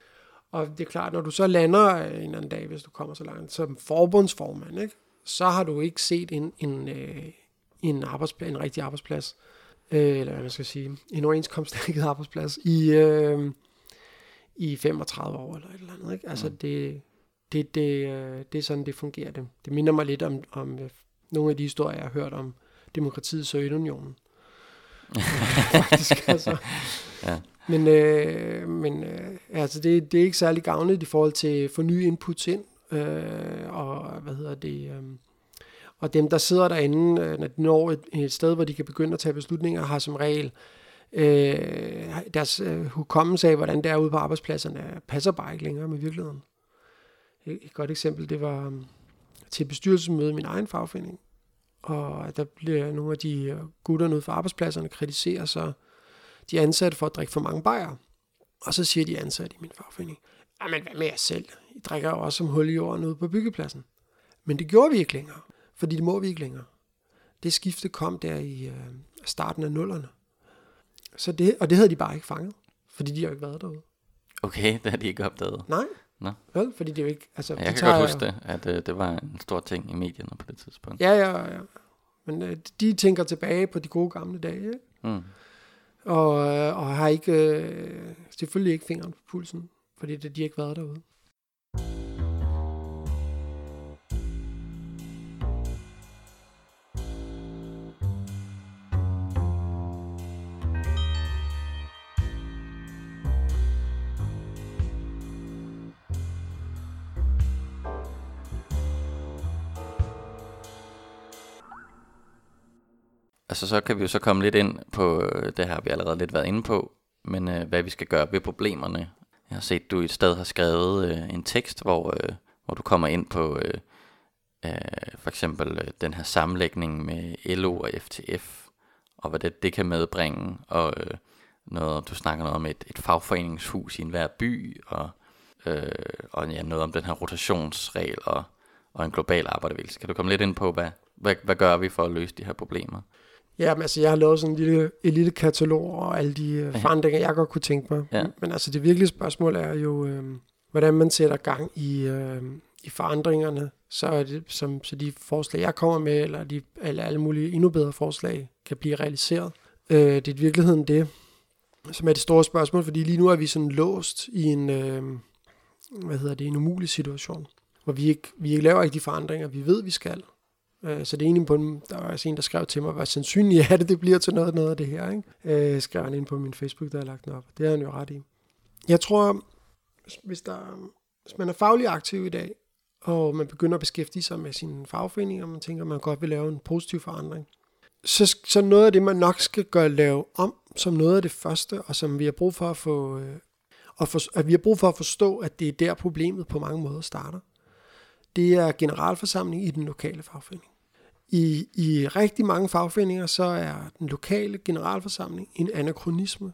Og det er klart, når du så lander en eller anden dag, hvis du kommer så langt, som forbundsformand, ikke? Så har du ikke set en, en, øh, en, arbejdsplads, en rigtig arbejdsplads, øh, eller hvad man skal sige, en overenskomstdækket arbejdsplads, i, øh, i femogtredive år eller et eller andet, ikke? Altså mm. det, det, det, øh, det er sådan, det fungerer. Det, det minder mig lidt om, om øh, nogle af de historier, jeg har hørt om demokratiet Sovjetunionen. Faktisk, altså. Ja. Men, øh, men øh, altså det, det er ikke særlig gavnligt i forhold til at få nye inputs ind, øh, og hvad hedder det, øh, og dem, der sidder derinde, øh, når de når et, et sted, hvor de kan begynde at tage beslutninger, har som regel øh, deres øh, hukommelse af, hvordan det er ude på arbejdspladserne, passer bare ikke længere med virkeligheden. Et, et godt eksempel, det var um, til bestyrelsesmøde i min egen fagforening, og der bliver nogle af de gutterne ude for arbejdspladserne kritiserer så de ansatte for at drikke for mange bajere. Og så siger de ansatte i min fagforening, jamen hvad med jer selv? I drikker jo også som hul i jorden ude på byggepladsen. Men det gjorde vi ikke længere, fordi det må vi ikke længere. Det skifte kom der i øh, starten af nullerne. Så det, og det havde de bare ikke fanget, fordi de har ikke været derude. Okay, det har de ikke opdaget. Nej, Nå. Vel, fordi det er jo ikke... Altså, Ja, jeg kan tager, godt huske det, at øh, det var en stor ting i medierne på det tidspunkt. Ja, ja, ja. Men øh, de tænker tilbage på de gode gamle dage, ikke? Mm. Og, øh, og har ikke, øh, selvfølgelig ikke fingeren på pulsen, fordi det, de har ikke været derude. Altså så kan vi jo så komme lidt ind på, øh, det har vi allerede lidt været inde på, men øh, hvad vi skal gøre ved problemerne. Jeg har set, du et sted har skrevet øh, en tekst, hvor, øh, hvor du kommer ind på øh, øh, for eksempel øh, den her sammenlægning med L O og F T F, og hvad det, det kan medbringe, og øh, noget, du snakker noget om et, et fagforeningshus i enhver by, og, øh, og ja, noget om den her rotationsregel og, og en global arbejderbevægelse. Kan du komme lidt ind på, hvad, hvad, hvad gør vi for at løse de her problemer? Ja, men altså jeg har lavet sådan en lille, et lille katalog og alle de øh, forandringer, jeg godt kunne tænke mig. Ja. Men altså det virkelige spørgsmål er jo, øh, hvordan man sætter gang i, øh, i forandringerne, så, er det, som, så de forslag, jeg kommer med, eller, de, eller alle mulige endnu bedre forslag, kan blive realiseret. Øh, det er i virkeligheden det, som er det store spørgsmål, fordi lige nu er vi sådan låst i en, øh, hvad hedder det, en umulig situation, hvor vi ikke, vi ikke laver ikke de forandringer, vi ved, vi skal. Så det er egentlig på en, der var altså en, der skrev til mig, hvor sandsynligt er det, det bliver til noget, noget af det her. Ikke? Øh, skrev han ind på min Facebook, der har lagt den op. Det har han jo ret i. Jeg tror, hvis, der, hvis man er faglig aktiv i dag, og man begynder at beskæftige sig med sine fagforeninger, og man tænker, at man godt vil lave en positiv forandring, så, så noget af det, man nok skal gøre lave om, som noget af det første, og som vi har brug for at få, øh, at, for, at vi har brug for at forstå, at det er der problemet på mange måder starter. Det er generalforsamling i den lokale fagforening. I, I rigtig mange fagforeninger, så er den lokale generalforsamling en anakronisme.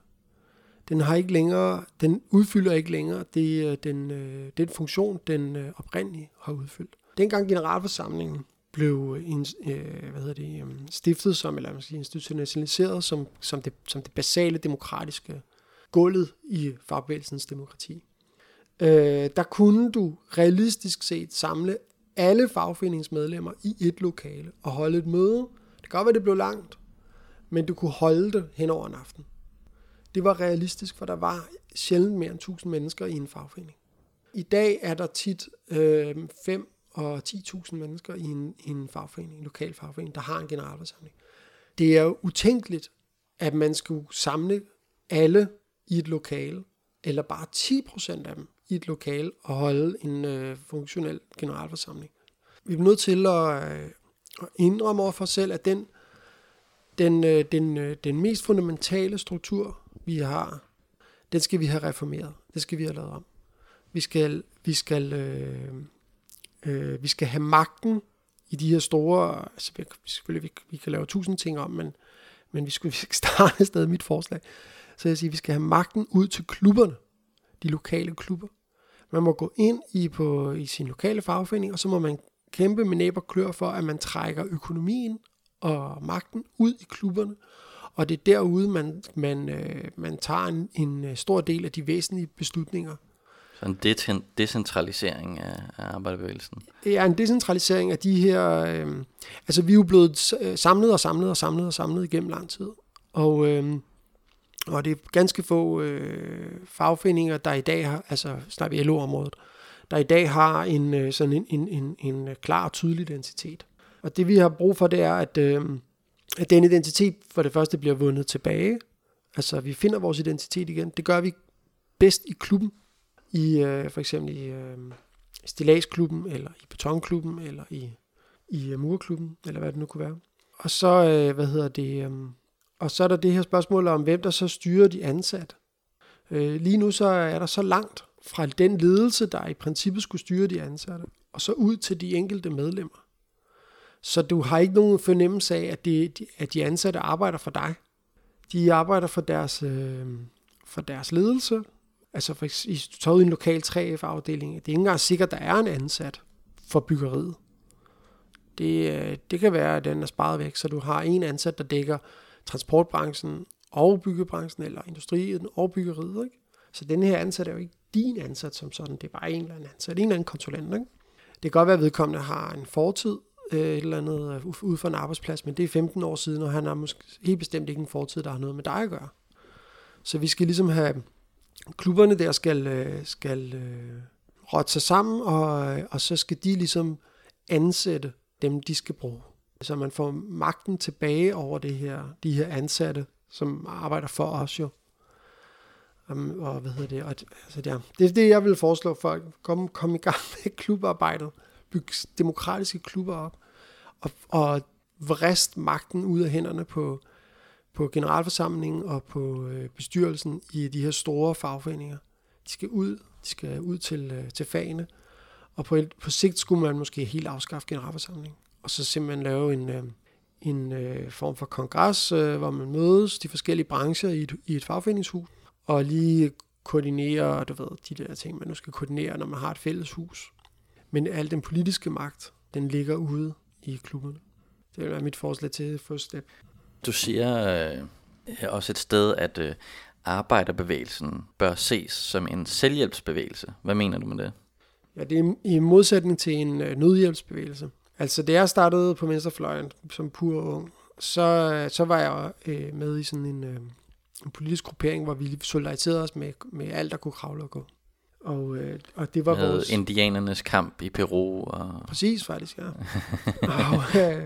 Den har ikke længere, den udfylder ikke længere det, den, den funktion, den oprindeligt har udfyldt. Dengang generalforsamlingen blev hvad hedder det, stiftet som, eller man skal sige, institutionaliseret som, som, det, som det basale demokratiske gulvet i fagbevægelsens demokrati, øh, der kunne du realistisk set samle alle fagforeningsmedlemmer i et lokale og holde et møde. Det kan godt være, det blev langt, men du kunne holde det hen over en aften. Det var realistisk, for der var sjældent mere end tusind mennesker i en fagforening. I dag er der tit øh, fem og ti tusind mennesker i en, i en fagforening, en lokal fagforening, der har en generalforsamling. Det er jo utænkeligt, at man skulle samle alle i et lokale, eller bare ti procent af dem i et lokale og holde en øh, funktionel generalforsamling. Vi er nødt til at, øh, at indrømme over for os selv, at den, den, øh, den, øh, den mest fundamentale struktur, vi har, den skal vi have reformeret. Det skal vi have lavet om. Vi skal, vi skal, øh, øh, vi skal have magten i de her store, altså vi, selvfølgelig vi, vi kan lave tusind ting om, men, men vi skal starte stadig mit forslag. Så jeg siger, vi skal have magten ud til klubberne, de lokale klubber. Man må gå ind i, på, i sin lokale fagforening, og så må man kæmpe med næb og klør for, at man trækker økonomien og magten ud i klubberne. Og det er derude, man, man, øh, man tager en, en stor del af de væsentlige beslutninger. Så en de- decentralisering af, af arbejderbevægelsen? Ja, en decentralisering af de her... Øh, altså, vi er jo blevet samlet og samlet og samlet og samlet igennem lang tid. Og... Øh, Og det er ganske få øh, fagforeninger, der i dag har, altså snart i L O-området, der i dag har en, øh, sådan en, en, en, en klar og tydelig identitet. Og det vi har brug for, det er, at, øh, at den identitet for det første bliver vundet tilbage. Altså vi finder vores identitet igen. Det gør vi bedst i klubben. I øh, for eksempel i øh, stilladsklubben, eller i betonklubben, eller i, i murklubben, eller hvad det nu kunne være. Og så, øh, hvad hedder det... Øh, Og så er der det her spørgsmål om, hvem der så styrer de ansatte. Øh, lige nu så er der så langt fra den ledelse, der i princippet skulle styre de ansatte, og så ud til de enkelte medlemmer. Så du har ikke nogen fornemmelse af, at de, at de ansatte arbejder for dig. De arbejder for deres, øh, for deres ledelse. Altså for, hvis du tager ud i en lokal tre F-afdeling, det er ikke engang sikkert, at der er en ansat for byggeriet. Det, det kan være, at den er sparet væk, så du har en ansat, der dækker transportbranchen og byggebranchen, eller industrien og byggeriet. Ikke? Så den her ansat er jo ikke din ansat som sådan, det er bare en eller anden ansat, en eller anden konsulent. Ikke? Det kan godt være, at vedkommende har en fortid, et eller andet ude for en arbejdsplads, men det er femten år siden, og han har måske helt bestemt ikke en fortid, der har noget med dig at gøre. Så vi skal ligesom have, klubberne der skal, skal øh, rotte sig sammen, og, og så skal de ligesom ansætte dem, de skal bruge. Så man får magten tilbage over det her, de her ansatte, som arbejder for os jo. Um, og hvad hedder det? Og, altså, ja, det er det, jeg vil foreslå folk. Kom, kom i gang med klubarbejdet. Byg demokratiske klubber op. Og, og vrist magten ud af hænderne på, på generalforsamlingen og på øh, bestyrelsen i de her store fagforeninger. De skal ud, de skal ud til, øh, til fagene. Og på, et, på sigt skulle man måske helt afskaffe generalforsamlingen. Og så simpelthen lave en, øh, en øh, form for kongres, øh, hvor man mødes de forskellige brancher i et, i et fagforeningshus. Og lige koordinere, du ved, de der ting, man nu skal koordinere, når man har et fælles hus. Men al den politiske magt, den ligger ude i klubberne. Det vil være mit forslag til first step. Du siger øh, også et sted, at øh, arbejderbevægelsen bør ses som en selvhjælpsbevægelse. Hvad mener du med det? Ja, det er i modsætning til en øh, nødhjælpsbevægelse. Altså, da jeg startede på venstrefløjen som pur ung, så, så var jeg øh, med i sådan en, øh, en politisk gruppering, hvor vi solidariserede os med, med alt, der kunne kravle og gå. Og, øh, og det var med vores... indianernes kamp i Peru. Og... Præcis, faktisk, ja. og, øh,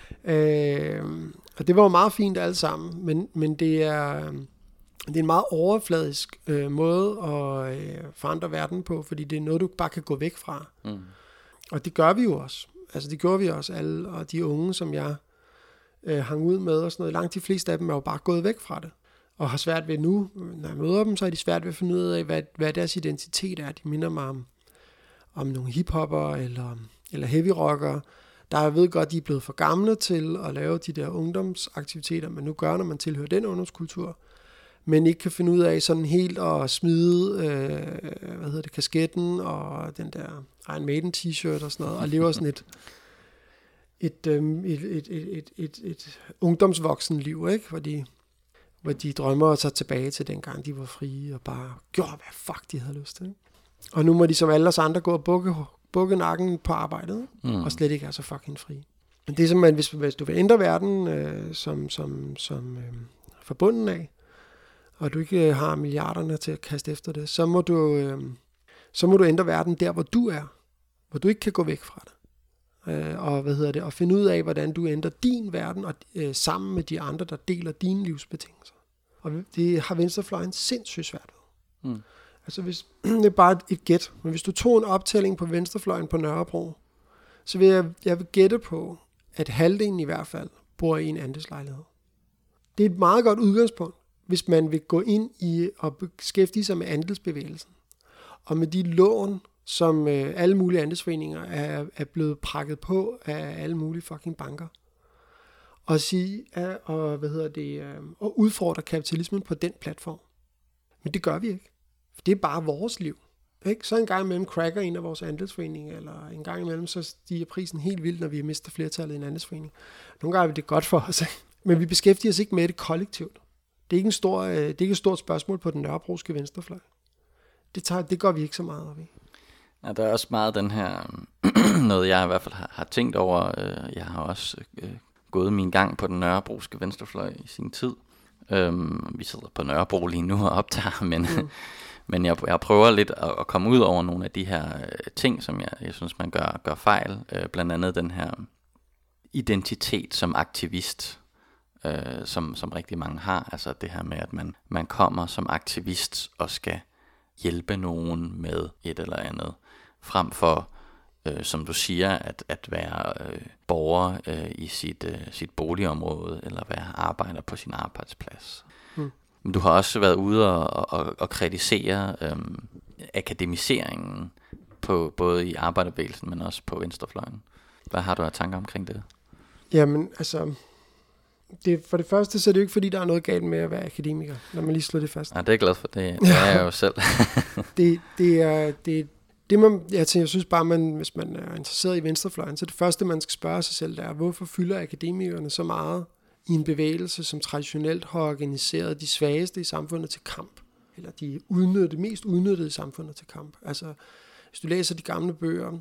øh, og det var jo meget fint alt sammen, men, men det er... Det er en meget overfladisk øh, måde at øh, forandre verden på, fordi det er noget, du bare kan gå væk fra. Mm. Og det gør vi jo også. Altså det gjorde vi også alle, og de unge, som jeg øh, hang ud med og sådan noget, langt de fleste af dem er jo bare gået væk fra det. Og har svært ved nu, når jeg møder dem, så er de svært ved at finde ud af, hvad, hvad deres identitet er. De minder mig om, om nogle hiphopper eller, eller heavy rockere, der jeg ved godt, de er blevet for gamle til at lave de der ungdomsaktiviteter, man nu gør, når man tilhører den ungdomskultur, men ikke kan finde ud af sådan helt at smide, øh, hvad hedder det, kasketten og den der Iron Maiden t-shirt og sådan noget, og lever sådan et, et, øh, et, et, et, et, et, et ungdomsvoksen liv, ikke? Hvor de, hvor de drømmer sig tilbage til dengang, de var frie og bare gjorde, hvad fuck de havde lyst til. Ikke? Og nu må de som alle os andre gå og bukke, bukke nakken på arbejdet, mm. og slet ikke er så fucking fri. Men det er simpelthen, hvis, hvis du vil ændre verden øh, som, som, som øh, forbunden af, og du ikke har milliarderne til at kaste efter det, så må du, øh, så må du ændre verden der, hvor du er, hvor du ikke kan gå væk fra det. Øh, og hvad hedder det, og finde ud af, hvordan du ændrer din verden, og øh, sammen med de andre, der deler dine livsbetingelser. Og det har venstrefløjen sindssygt svært ved. Mm. Altså hvis, det er bare et, et gæt, men hvis du tog en optælling på venstrefløjen på Nørrebro, så vil jeg, jeg vil gætte på, at halvdelen i hvert fald bor i en andelslejlighed. Det er et meget godt udgangspunkt, hvis man vil gå ind i og beskæftige sig med andelsbevægelsen. Og med de lån, som øh, alle mulige andelsforeninger er, er blevet prakket på af alle mulige fucking banker. Og sige, at, og, hvad hedder det, øh, og udfordre kapitalismen på den platform. Men det gør vi ikke. For det er bare vores liv. Ikke? Så en gang imellem cracker en af vores andelsforeninger, eller en gang imellem så stiger prisen helt vildt, når vi mister flertallet i en andelsforening. Nogle gange er det godt for os, men vi beskæftiger os ikke med det kollektivt. Det er ikke, en stor, det er ikke et stort spørgsmål på den nørrebroske venstrefløj. Det, tager, det går vi ikke så meget op i. Ja, der er også meget den her, noget jeg i hvert fald har, har tænkt over. Jeg har også øh, gået min gang på den nørrebroske venstrefløj i sin tid. Øhm, vi sidder på Nørrebro lige nu og optager, men, mm. men jeg, jeg prøver lidt at, at komme ud over nogle af de her øh, ting, som jeg, jeg synes, man gør, gør fejl. Øh, blandt andet den her identitet som aktivist, øh, som, som rigtig mange har. Altså det her med, at man, man kommer som aktivist og skal hjælpe nogen med et eller andet, frem for, øh, som du siger, at, at være øh, borger øh, i sit, øh, sit boligområde, eller være arbejder på sin arbejdsplads. Mm. Men du har også været ude og, og, og kritisere øh, akademiseringen, på, både i arbejderbevægelsen, men også på venstrefløjen. Hvad har du af tanker omkring det? Jamen, altså, Det, for det første, så er det jo ikke, fordi der er noget galt med at være akademiker, når man lige slår det fast. Nej, det er jeg glad for. Det, det er jeg jo selv. det, det er... Det, det man, jeg, tænker, jeg synes bare, man, hvis man er interesseret i venstrefløjen, så det første, man skal spørge sig selv, det er, hvorfor fylder akademikerne så meget i en bevægelse, som traditionelt har organiseret de svageste i samfundet til kamp, eller de udnyttede, mest udnyttede i samfundet til kamp. Altså, hvis du læser de gamle bøger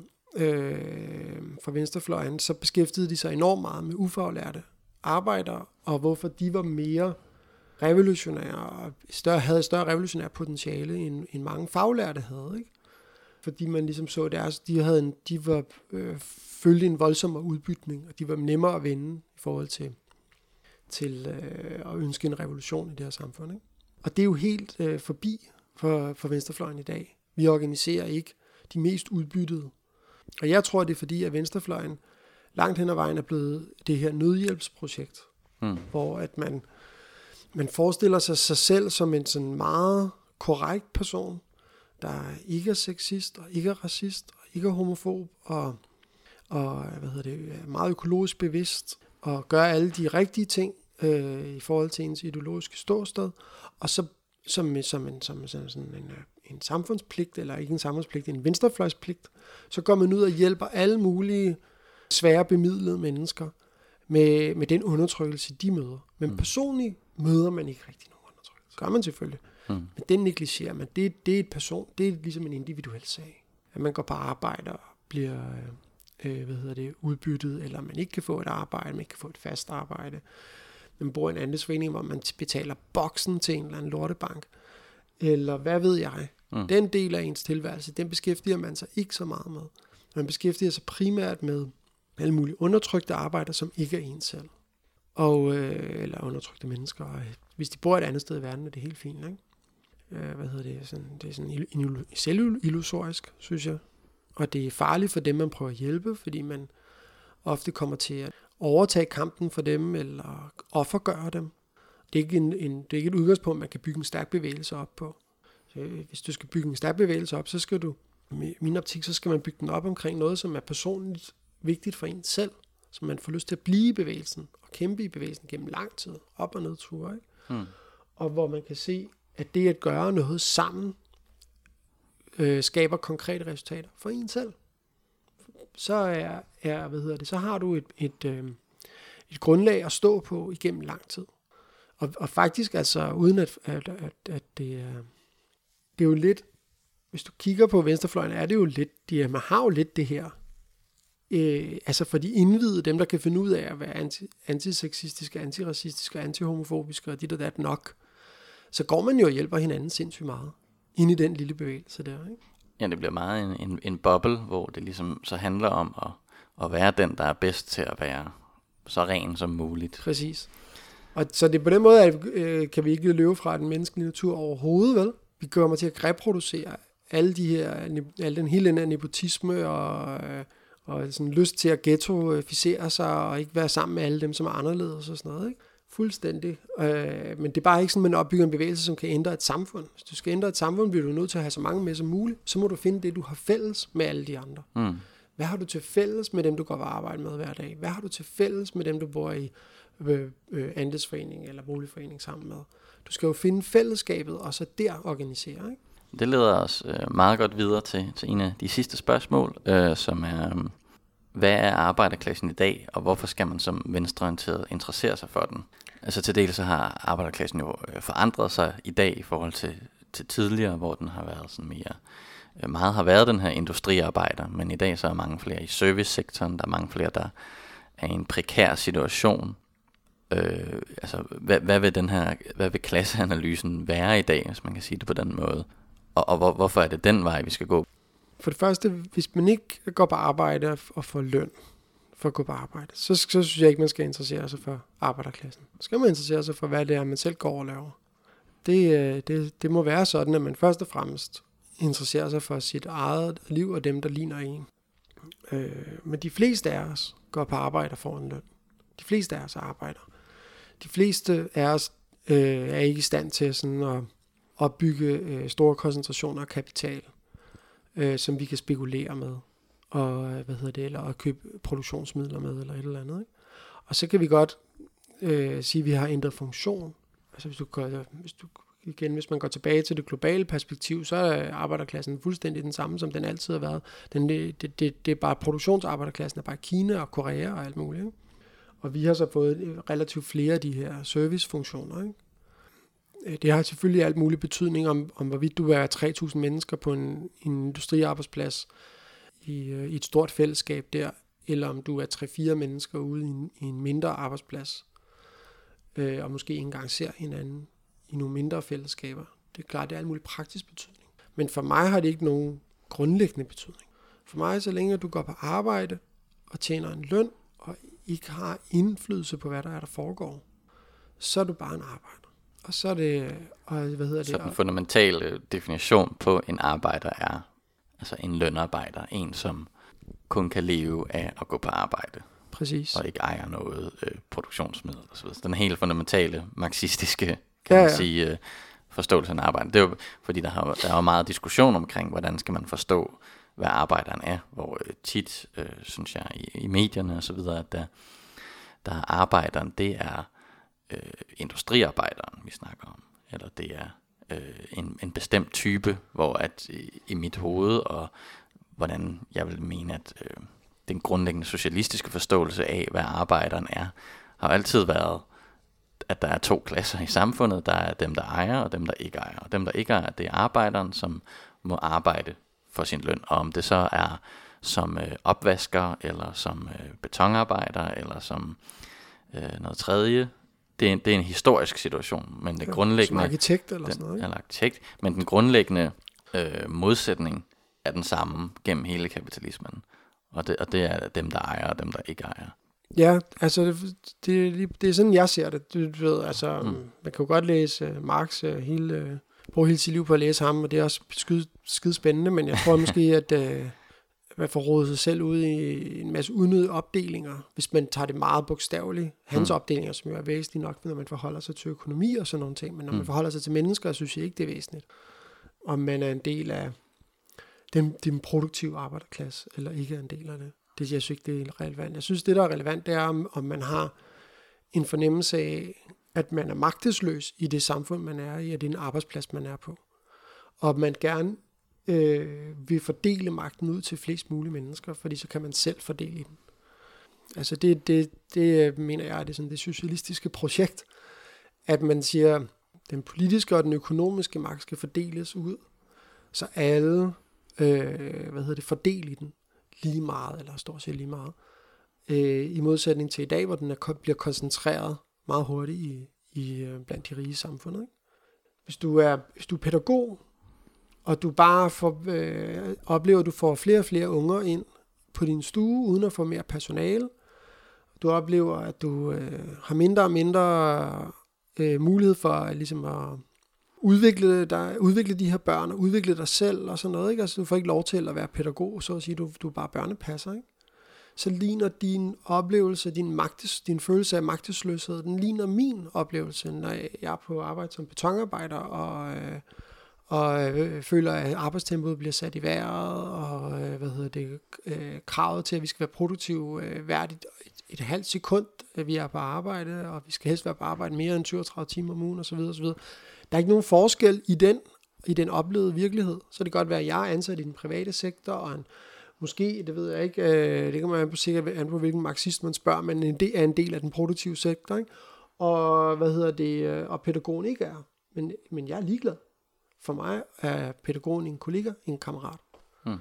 øh, fra venstrefløjen, så beskæftigede de sig enormt meget med ufaglærte arbejdere, og hvorfor de var mere revolutionære, og større, havde et større revolutionær potentiale, end, end mange faglærte havde, ikke? Fordi man ligesom så deres, de havde en, de var øh, følte en voldsommere udbytning, og de var nemmere at vinde i forhold til til øh, at ønske en revolution i det her samfund, ikke? Og det er jo helt øh, forbi for, for venstrefløjen i dag. Vi organiserer ikke de mest udbyttede. Og jeg tror, det er fordi, at venstrefløjen langt hen ad vejen er blevet det her nødhjælpsprojekt, mm. hvor at man, man forestiller sig sig selv som en sådan meget korrekt person, der ikke er sexist, og ikke er racist, og ikke er homofob, og, og hvad hedder det, er meget økologisk bevidst, og gør alle de rigtige ting øh, i forhold til ens ideologiske ståsted, og så som, som, en, som sådan en, en samfundspligt, eller ikke en samfundspligt, en venstrefløjspligt, så går man ud og hjælper alle mulige svære bemidlede mennesker med, med den undertrykkelse, de møder. Men mm. personligt møder man ikke rigtig nogen undertrykkelse. Gør man selvfølgelig. Mm. Men den negligerer man. Det, det er et person, det er ligesom en individuel sag. At man går på arbejde og bliver øh, hvad hedder det, udbyttet, eller man ikke kan få et arbejde, man ikke kan få et fast arbejde. Man bor i en andelsforening, hvor man betaler boksen til en eller anden lortebank. Eller hvad ved jeg. Mm. Den del af ens tilværelse, den beskæftiger man sig ikke så meget med. Man beskæftiger sig primært med alle mulige undertrykte arbejder, som ikke er ens selv. Og, øh, eller undertrykte mennesker. Og hvis de bor et andet sted i verden, er det helt fint, ikke? Øh, hvad hedder det? Sådan, det er sådan selvillusorisk, synes jeg. Og det er farligt for dem, man prøver at hjælpe, fordi man ofte kommer til at overtage kampen for dem, eller offergøre dem. Det er ikke, en, en, det er ikke et udgangspunkt, man kan bygge en stærk bevægelse op på. Så hvis du skal bygge en stærk bevægelse op, så skal du, i min optik, så skal man bygge den op omkring noget, som er personligt vigtigt for en selv, så man får lyst til at blive i bevægelsen, og kæmpe i bevægelsen gennem lang tid, op og ned ture, ikke? Hmm. Og hvor man kan se, at det at gøre noget sammen, øh, skaber konkrete resultater for en selv. Så er, er hvad hedder det, så har du et, et, øh, et grundlag at stå på igennem lang tid. Og, og faktisk altså, uden at, at, at, at det er, det er jo lidt, hvis du kigger på venstrefløjen, er det jo lidt, de, man har jo lidt det her, øh, altså for de indvidede, dem der kan finde ud af at være anti, antisexistiske, antiracistiske, antihomofobiske og dit og dat nok, så går man jo og hjælper hinanden sindssygt meget, ind i den lille bevægelse der, ikke? Ja, det bliver meget en, en, en boble, hvor det ligesom så handler om at, at være den, der er bedst til at være så ren som muligt. Præcis. Og så det er på den måde, at øh, kan vi ikke løbe fra den menneskelige natur overhovedet, vel? Vi kommer til at reproducere alle de her, al den hele den her nepotisme og, øh, og sådan lyst til at ghettoficere sig og ikke være sammen med alle dem, som er anderledes og sådan noget, ikke? Fuldstændig. Øh, men det er bare ikke sådan, at man opbygger en bevægelse, som kan ændre et samfund. Hvis du skal ændre et samfund, bliver du nødt til at have så mange med som muligt. Så må du finde det, du har fælles med alle de andre. Mm. Hvad har du til fælles med dem, du går og arbejder med hver dag? Hvad har du til fælles med dem, du bor i øh, øh, andelsforening eller boligforening sammen med? Du skal jo finde fællesskabet, og så der organisere, ikke? Det leder os øh, meget godt videre til, til en af de sidste spørgsmål, øh, som er, øh, hvad er arbejderklassen i dag, og hvorfor skal man som venstreorienteret interessere sig for den? Altså til del så har arbejderklassen jo forandret sig i dag i forhold til, til tidligere, hvor den har været sådan mere, øh, meget har været den her industriarbejder, men i dag så er mange flere i servicesektoren, der er mange flere, der er i en prekær situation. Øh, altså hvad, hvad vil den her, hvad vil klasseanalysen være i dag, hvis man kan sige det på den måde? Og, og hvor, hvorfor er det den vej, vi skal gå? For det første, hvis man ikke går på arbejde og får løn for at gå på arbejde, så, så synes jeg ikke, man skal interessere sig for arbejderklassen. Så skal man interessere sig for, hvad det er, man selv går og laver. Det, det, det må være sådan, at man først og fremmest interesserer sig for sit eget liv og dem, der ligner en. Øh, men de fleste af os går på arbejde og får en løn. De fleste af os arbejder. De fleste af os øh, er ikke i stand til sådan at opbygge øh, store koncentrationer af kapital, øh, som vi kan spekulere med, og hvad hedder det, eller at købe produktionsmidler med, eller et eller andet, ikke? Og så kan vi godt øh, sige, at vi har ændret funktion. Altså hvis du, går, hvis du igen, hvis man går tilbage til det globale perspektiv, så er arbejderklassen fuldstændig den samme, som den altid har været. Den, det, det, det er bare produktionsarbejderklassen, er bare Kina og Korea og alt muligt. Ikke? Og vi har så fået relativt flere af de her servicefunktioner. Ikke? Det har selvfølgelig alt muligt betydning om, om hvorvidt du er tre tusind mennesker på en, en industriarbejdsplads i, i et stort fællesskab der, eller om du er tre fire mennesker ude i en, i en mindre arbejdsplads, øh, og måske ikke engang ser hinanden i nogle mindre fællesskaber. Det er klart, det er alt muligt praktisk betydning. Men for mig har det ikke nogen grundlæggende betydning. For mig, så længe du går på arbejde og tjener en løn, og ikke har indflydelse på, hvad der er, der foregår, så er du bare en arbejder. Og så er det, og hvad hedder det? Så den fundamentale definition på en arbejder er, altså en lønarbejder, en som kun kan leve af at gå på arbejde. Præcis. Og ikke ejer noget øh, produktionsmiddel og så videre. Den helt fundamentale marxistiske, kan ja, man ja. sige, øh, forståelse af arbejde. Det er jo, fordi der har der er jo meget diskussion omkring, hvordan skal man forstå, hvad arbejderen er, hvor øh, tit, øh, synes jeg, i, i medierne og så videre, at der, der er arbejderen, det er øh, industriarbejderen, vi snakker om, eller det er øh, en, en bestemt type, hvor at i, i mit hoved, og hvordan jeg vil mene, at øh, den grundlæggende socialistiske forståelse af, hvad arbejderen er, har altid været, at der er to klasser i samfundet. Der er dem, der ejer, og dem, der ikke ejer. Og dem, der ikke ejer, det er arbejderen, som må arbejde for sin løn. Og om det så er som øh, opvasker, eller som øh, betonarbejder, eller som øh, noget tredje, det er, det er en historisk situation. Men det ja, grundlæggende, som arkitekt eller den, sådan noget. Ikke? Eller arkitekt, men den grundlæggende øh, modsætning er den samme gennem hele kapitalismen. Og det, og det er dem, der ejer, og dem, der ikke ejer. Ja, altså det, det, det er sådan, jeg ser det. Du, du ved, altså, mm. man kan jo godt læse uh, Marx uh, hele, uh, bruge hele sit liv på at læse ham, og det er også skide, skide spændende, men jeg tror måske, at uh, man får rodet sig selv ud i en masse unødige opdelinger, hvis man tager det meget bogstaveligt. Hans mm. opdelinger, som jo er væsentlige nok, når man forholder sig til økonomi og sådan nogle ting, men når mm. man forholder sig til mennesker, synes jeg ikke, det er væsentligt. Om man er en del af den, den produktive arbejderklasse, eller ikke er en del af det. Det, jeg synes ikke, det er relevant. Jeg synes, det, der er relevant, det er, om, om man har en fornemmelse af, at man er magtesløs i det samfund, man er i, og den arbejdsplads, man er på. Og man gerne øh, vil fordele magten ud til flest mulige mennesker, fordi så kan man selv fordele den. Altså det, det, det mener jeg, det er sådan det socialistiske projekt, at man siger, at den politiske og den økonomiske magt skal fordeles ud, så alle øh, hvad hedder det, fordele den lige meget, eller stort set lige meget, øh, i modsætning til i dag, hvor den er, bliver koncentreret meget hurtigt i, i, blandt de rige samfund. Ikke? Hvis du er, hvis du er pædagog, og du bare får, øh, oplever, at du får flere og flere unger ind på din stue, uden at få mere personale, du oplever, at du øh, har mindre og mindre øh, mulighed for ligesom at udvikle, dig, udvikle de her børn, og udvikle dig selv og sådan noget, ikke? Altså, du får ikke lov til at være pædagog, så at sige, du, du er bare børnepasser, ikke? Så ligner din oplevelse, din, magtes, din følelse af magtesløshed, den ligner min oplevelse, når jeg er på arbejde som betonarbejder, og, øh, og øh, føler, at arbejdstempoet bliver sat i vejret, og øh, hvad hedder det, øh, kravet til, at vi skal være produktive øh, hvert et, et, et halvt sekund, at vi er på arbejde, og vi skal helst være på arbejde mere end syvogtredive timer om ugen, osv. osv. Der er ikke nogen forskel i den, i den oplevede virkelighed. Så det kan godt være, at jeg er ansat i den private sektor, og en, måske, det ved jeg ikke, øh, det kan man sikkert an på, hvilken marxist man spørger, men en del, er en del af den produktive sektor, ikke? Og hvad hedder det, og pædagogen ikke er. Men, men jeg er ligeglad. For mig er pædagogen en kollega, en kammerat. Hmm.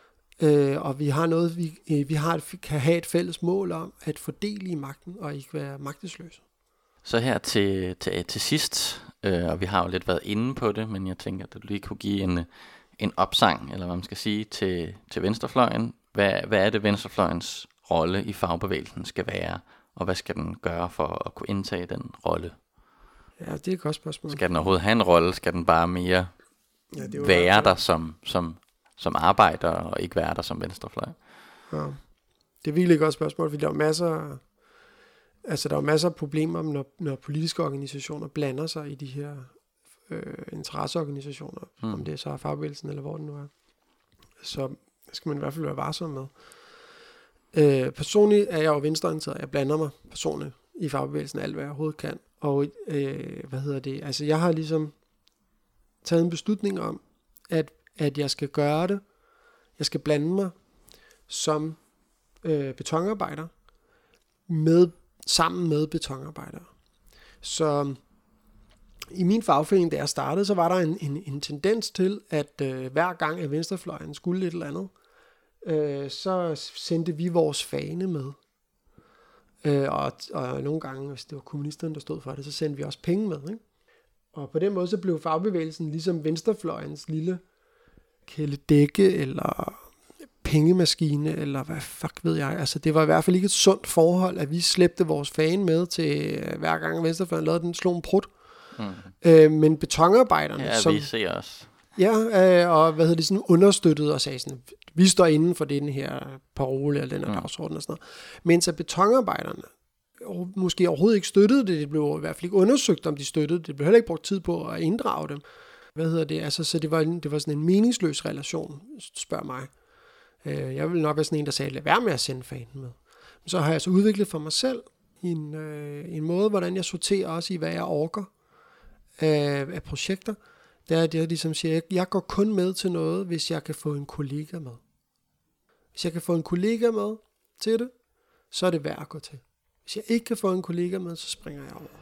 Øh, og vi har noget, vi, vi har et, kan have et fælles mål om at fordele i magten, og ikke være magtesløse. Så her til, til, til sidst, øh, og vi har jo lidt været inde på det, men jeg tænker, at du lige kunne give en, en opsang, eller hvad man skal sige, til, til venstrefløjen. Hvad, hvad er det, venstrefløjens rolle i fagbevægelsen skal være, og hvad skal den gøre for at kunne indtage den rolle? Ja, det er et godt spørgsmål. Skal den overhovedet have en rolle? Skal den bare mere ja, det være der som, som, som arbejder, og ikke være der som venstrefløj? Ja. Det er virkelig et godt spørgsmål, fordi der er masser... Altså, der er masser af problemer, når, når politiske organisationer blander sig i de her øh, interesseorganisationer, mm. om det er så er fagbevægelsen, eller hvor det nu er. Så skal man i hvert fald være varsom med. Øh, personligt er jeg jo venstreorienteret, jeg blander mig personligt i fagbevægelsen alt, hvad jeg overhovedet kan. Og øh, hvad hedder det? Altså, jeg har ligesom taget en beslutning om, at, at jeg skal gøre det. Jeg skal blande mig som øh, betonarbejder med, sammen med betonarbejdere. Så i min fagforening, da jeg startede, så var der en, en, en tendens til, at øh, hver gang at venstrefløjen skulle lidt eller andet, øh, så sendte vi vores fane med. Øh, og, og nogle gange, hvis det var kommunisterne, der stod for det, så sendte vi også penge med. Ikke? Og på den måde, så blev fagbevægelsen ligesom venstrefløjens lille kæledække, eller pengemaskine, eller hvad fuck ved jeg. Altså, det var i hvert fald ikke et sundt forhold, at vi slæbte vores fane med til hver gang venstrefløjen lavede den, slog en prut. Mm. Øh, men betonarbejderne, ja, som... vi ser os. Ja, øh, og hvad hedder det, sådan understøttede og sagde sådan, vi står inden for den her parole, eller den her mm. dagsorden og sådan noget. Mens at betonarbejderne måske overhovedet ikke støttede det, det blev i hvert fald ikke undersøgt, om de støttede det, det blev heller ikke brugt tid på at inddrage dem. Hvad hedder det, altså, så det var, det var sådan en meningsløs relation, spørg mig. Øh, jeg ville nok være sådan en, der sagde, lad være med at sende fanen med. Men så har jeg så udviklet for mig selv en, øh, en måde, hvordan jeg sorterer også i, hvad jeg orker af, af projekter. Det er det, jeg ligesom siger, jeg går kun med til noget, hvis jeg kan få en kollega med. Hvis jeg kan få en kollega med til det, så er det værd at gå til. Hvis jeg ikke kan få en kollega med, så springer jeg over.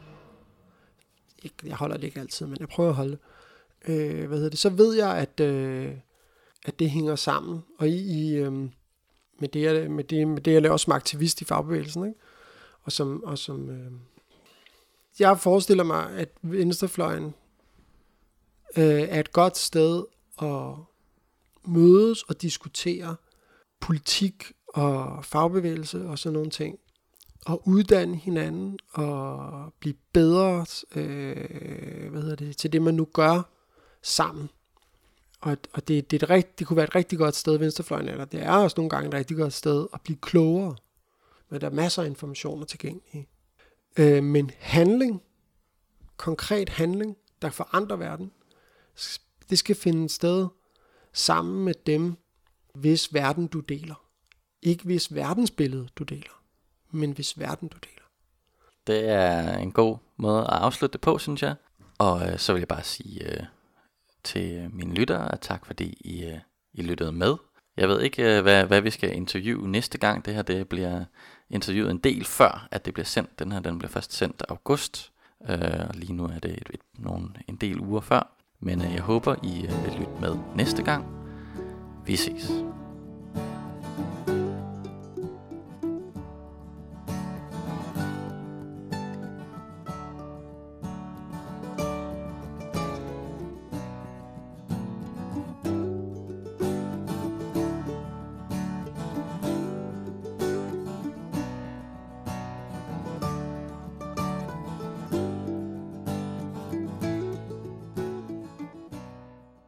Jeg holder det ikke altid, men jeg prøver at holde det. Øh, hvad hedder det? Så ved jeg, at, øh, at det hænger sammen. Og i, i øh, med, det, jeg, med, det, med det, jeg laver også som aktivist i fagbevægelsen, ikke? Og som, og som øh, jeg forestiller mig, at venstrefløjen øh, er et godt sted at mødes og diskutere politik og fagbevægelse og sådan nogle ting. Og uddanne hinanden og blive bedre øh, hvad hedder det, til det, man nu gør sammen. Og, og det, det, er et rigt, det kunne være et rigtig godt sted, venstrefløjen er der. Det er også nogle gange et rigtig godt sted at blive klogere. Men der er masser af informationer tilgængelige. Øh, men handling, konkret handling, der forandrer verden, det skal finde sted sammen med dem, hvis verden du deler. Ikke hvis verdensbillede du deler, men hvis verden du deler. Det er en god måde at afslutte det på, synes jeg. Og øh, så vil jeg bare sige øh, til mine lyttere, at tak fordi I, øh, I lyttede med. Jeg ved ikke, øh, hvad, hvad vi skal interviewe næste gang. Det her det bliver interviewet en del før, at det bliver sendt. Den her den bliver først sendt august. Øh, og lige nu er det et, et, nogle, en del uger før. Men øh, jeg håber, I øh, vil lytte med næste gang. Vi ses.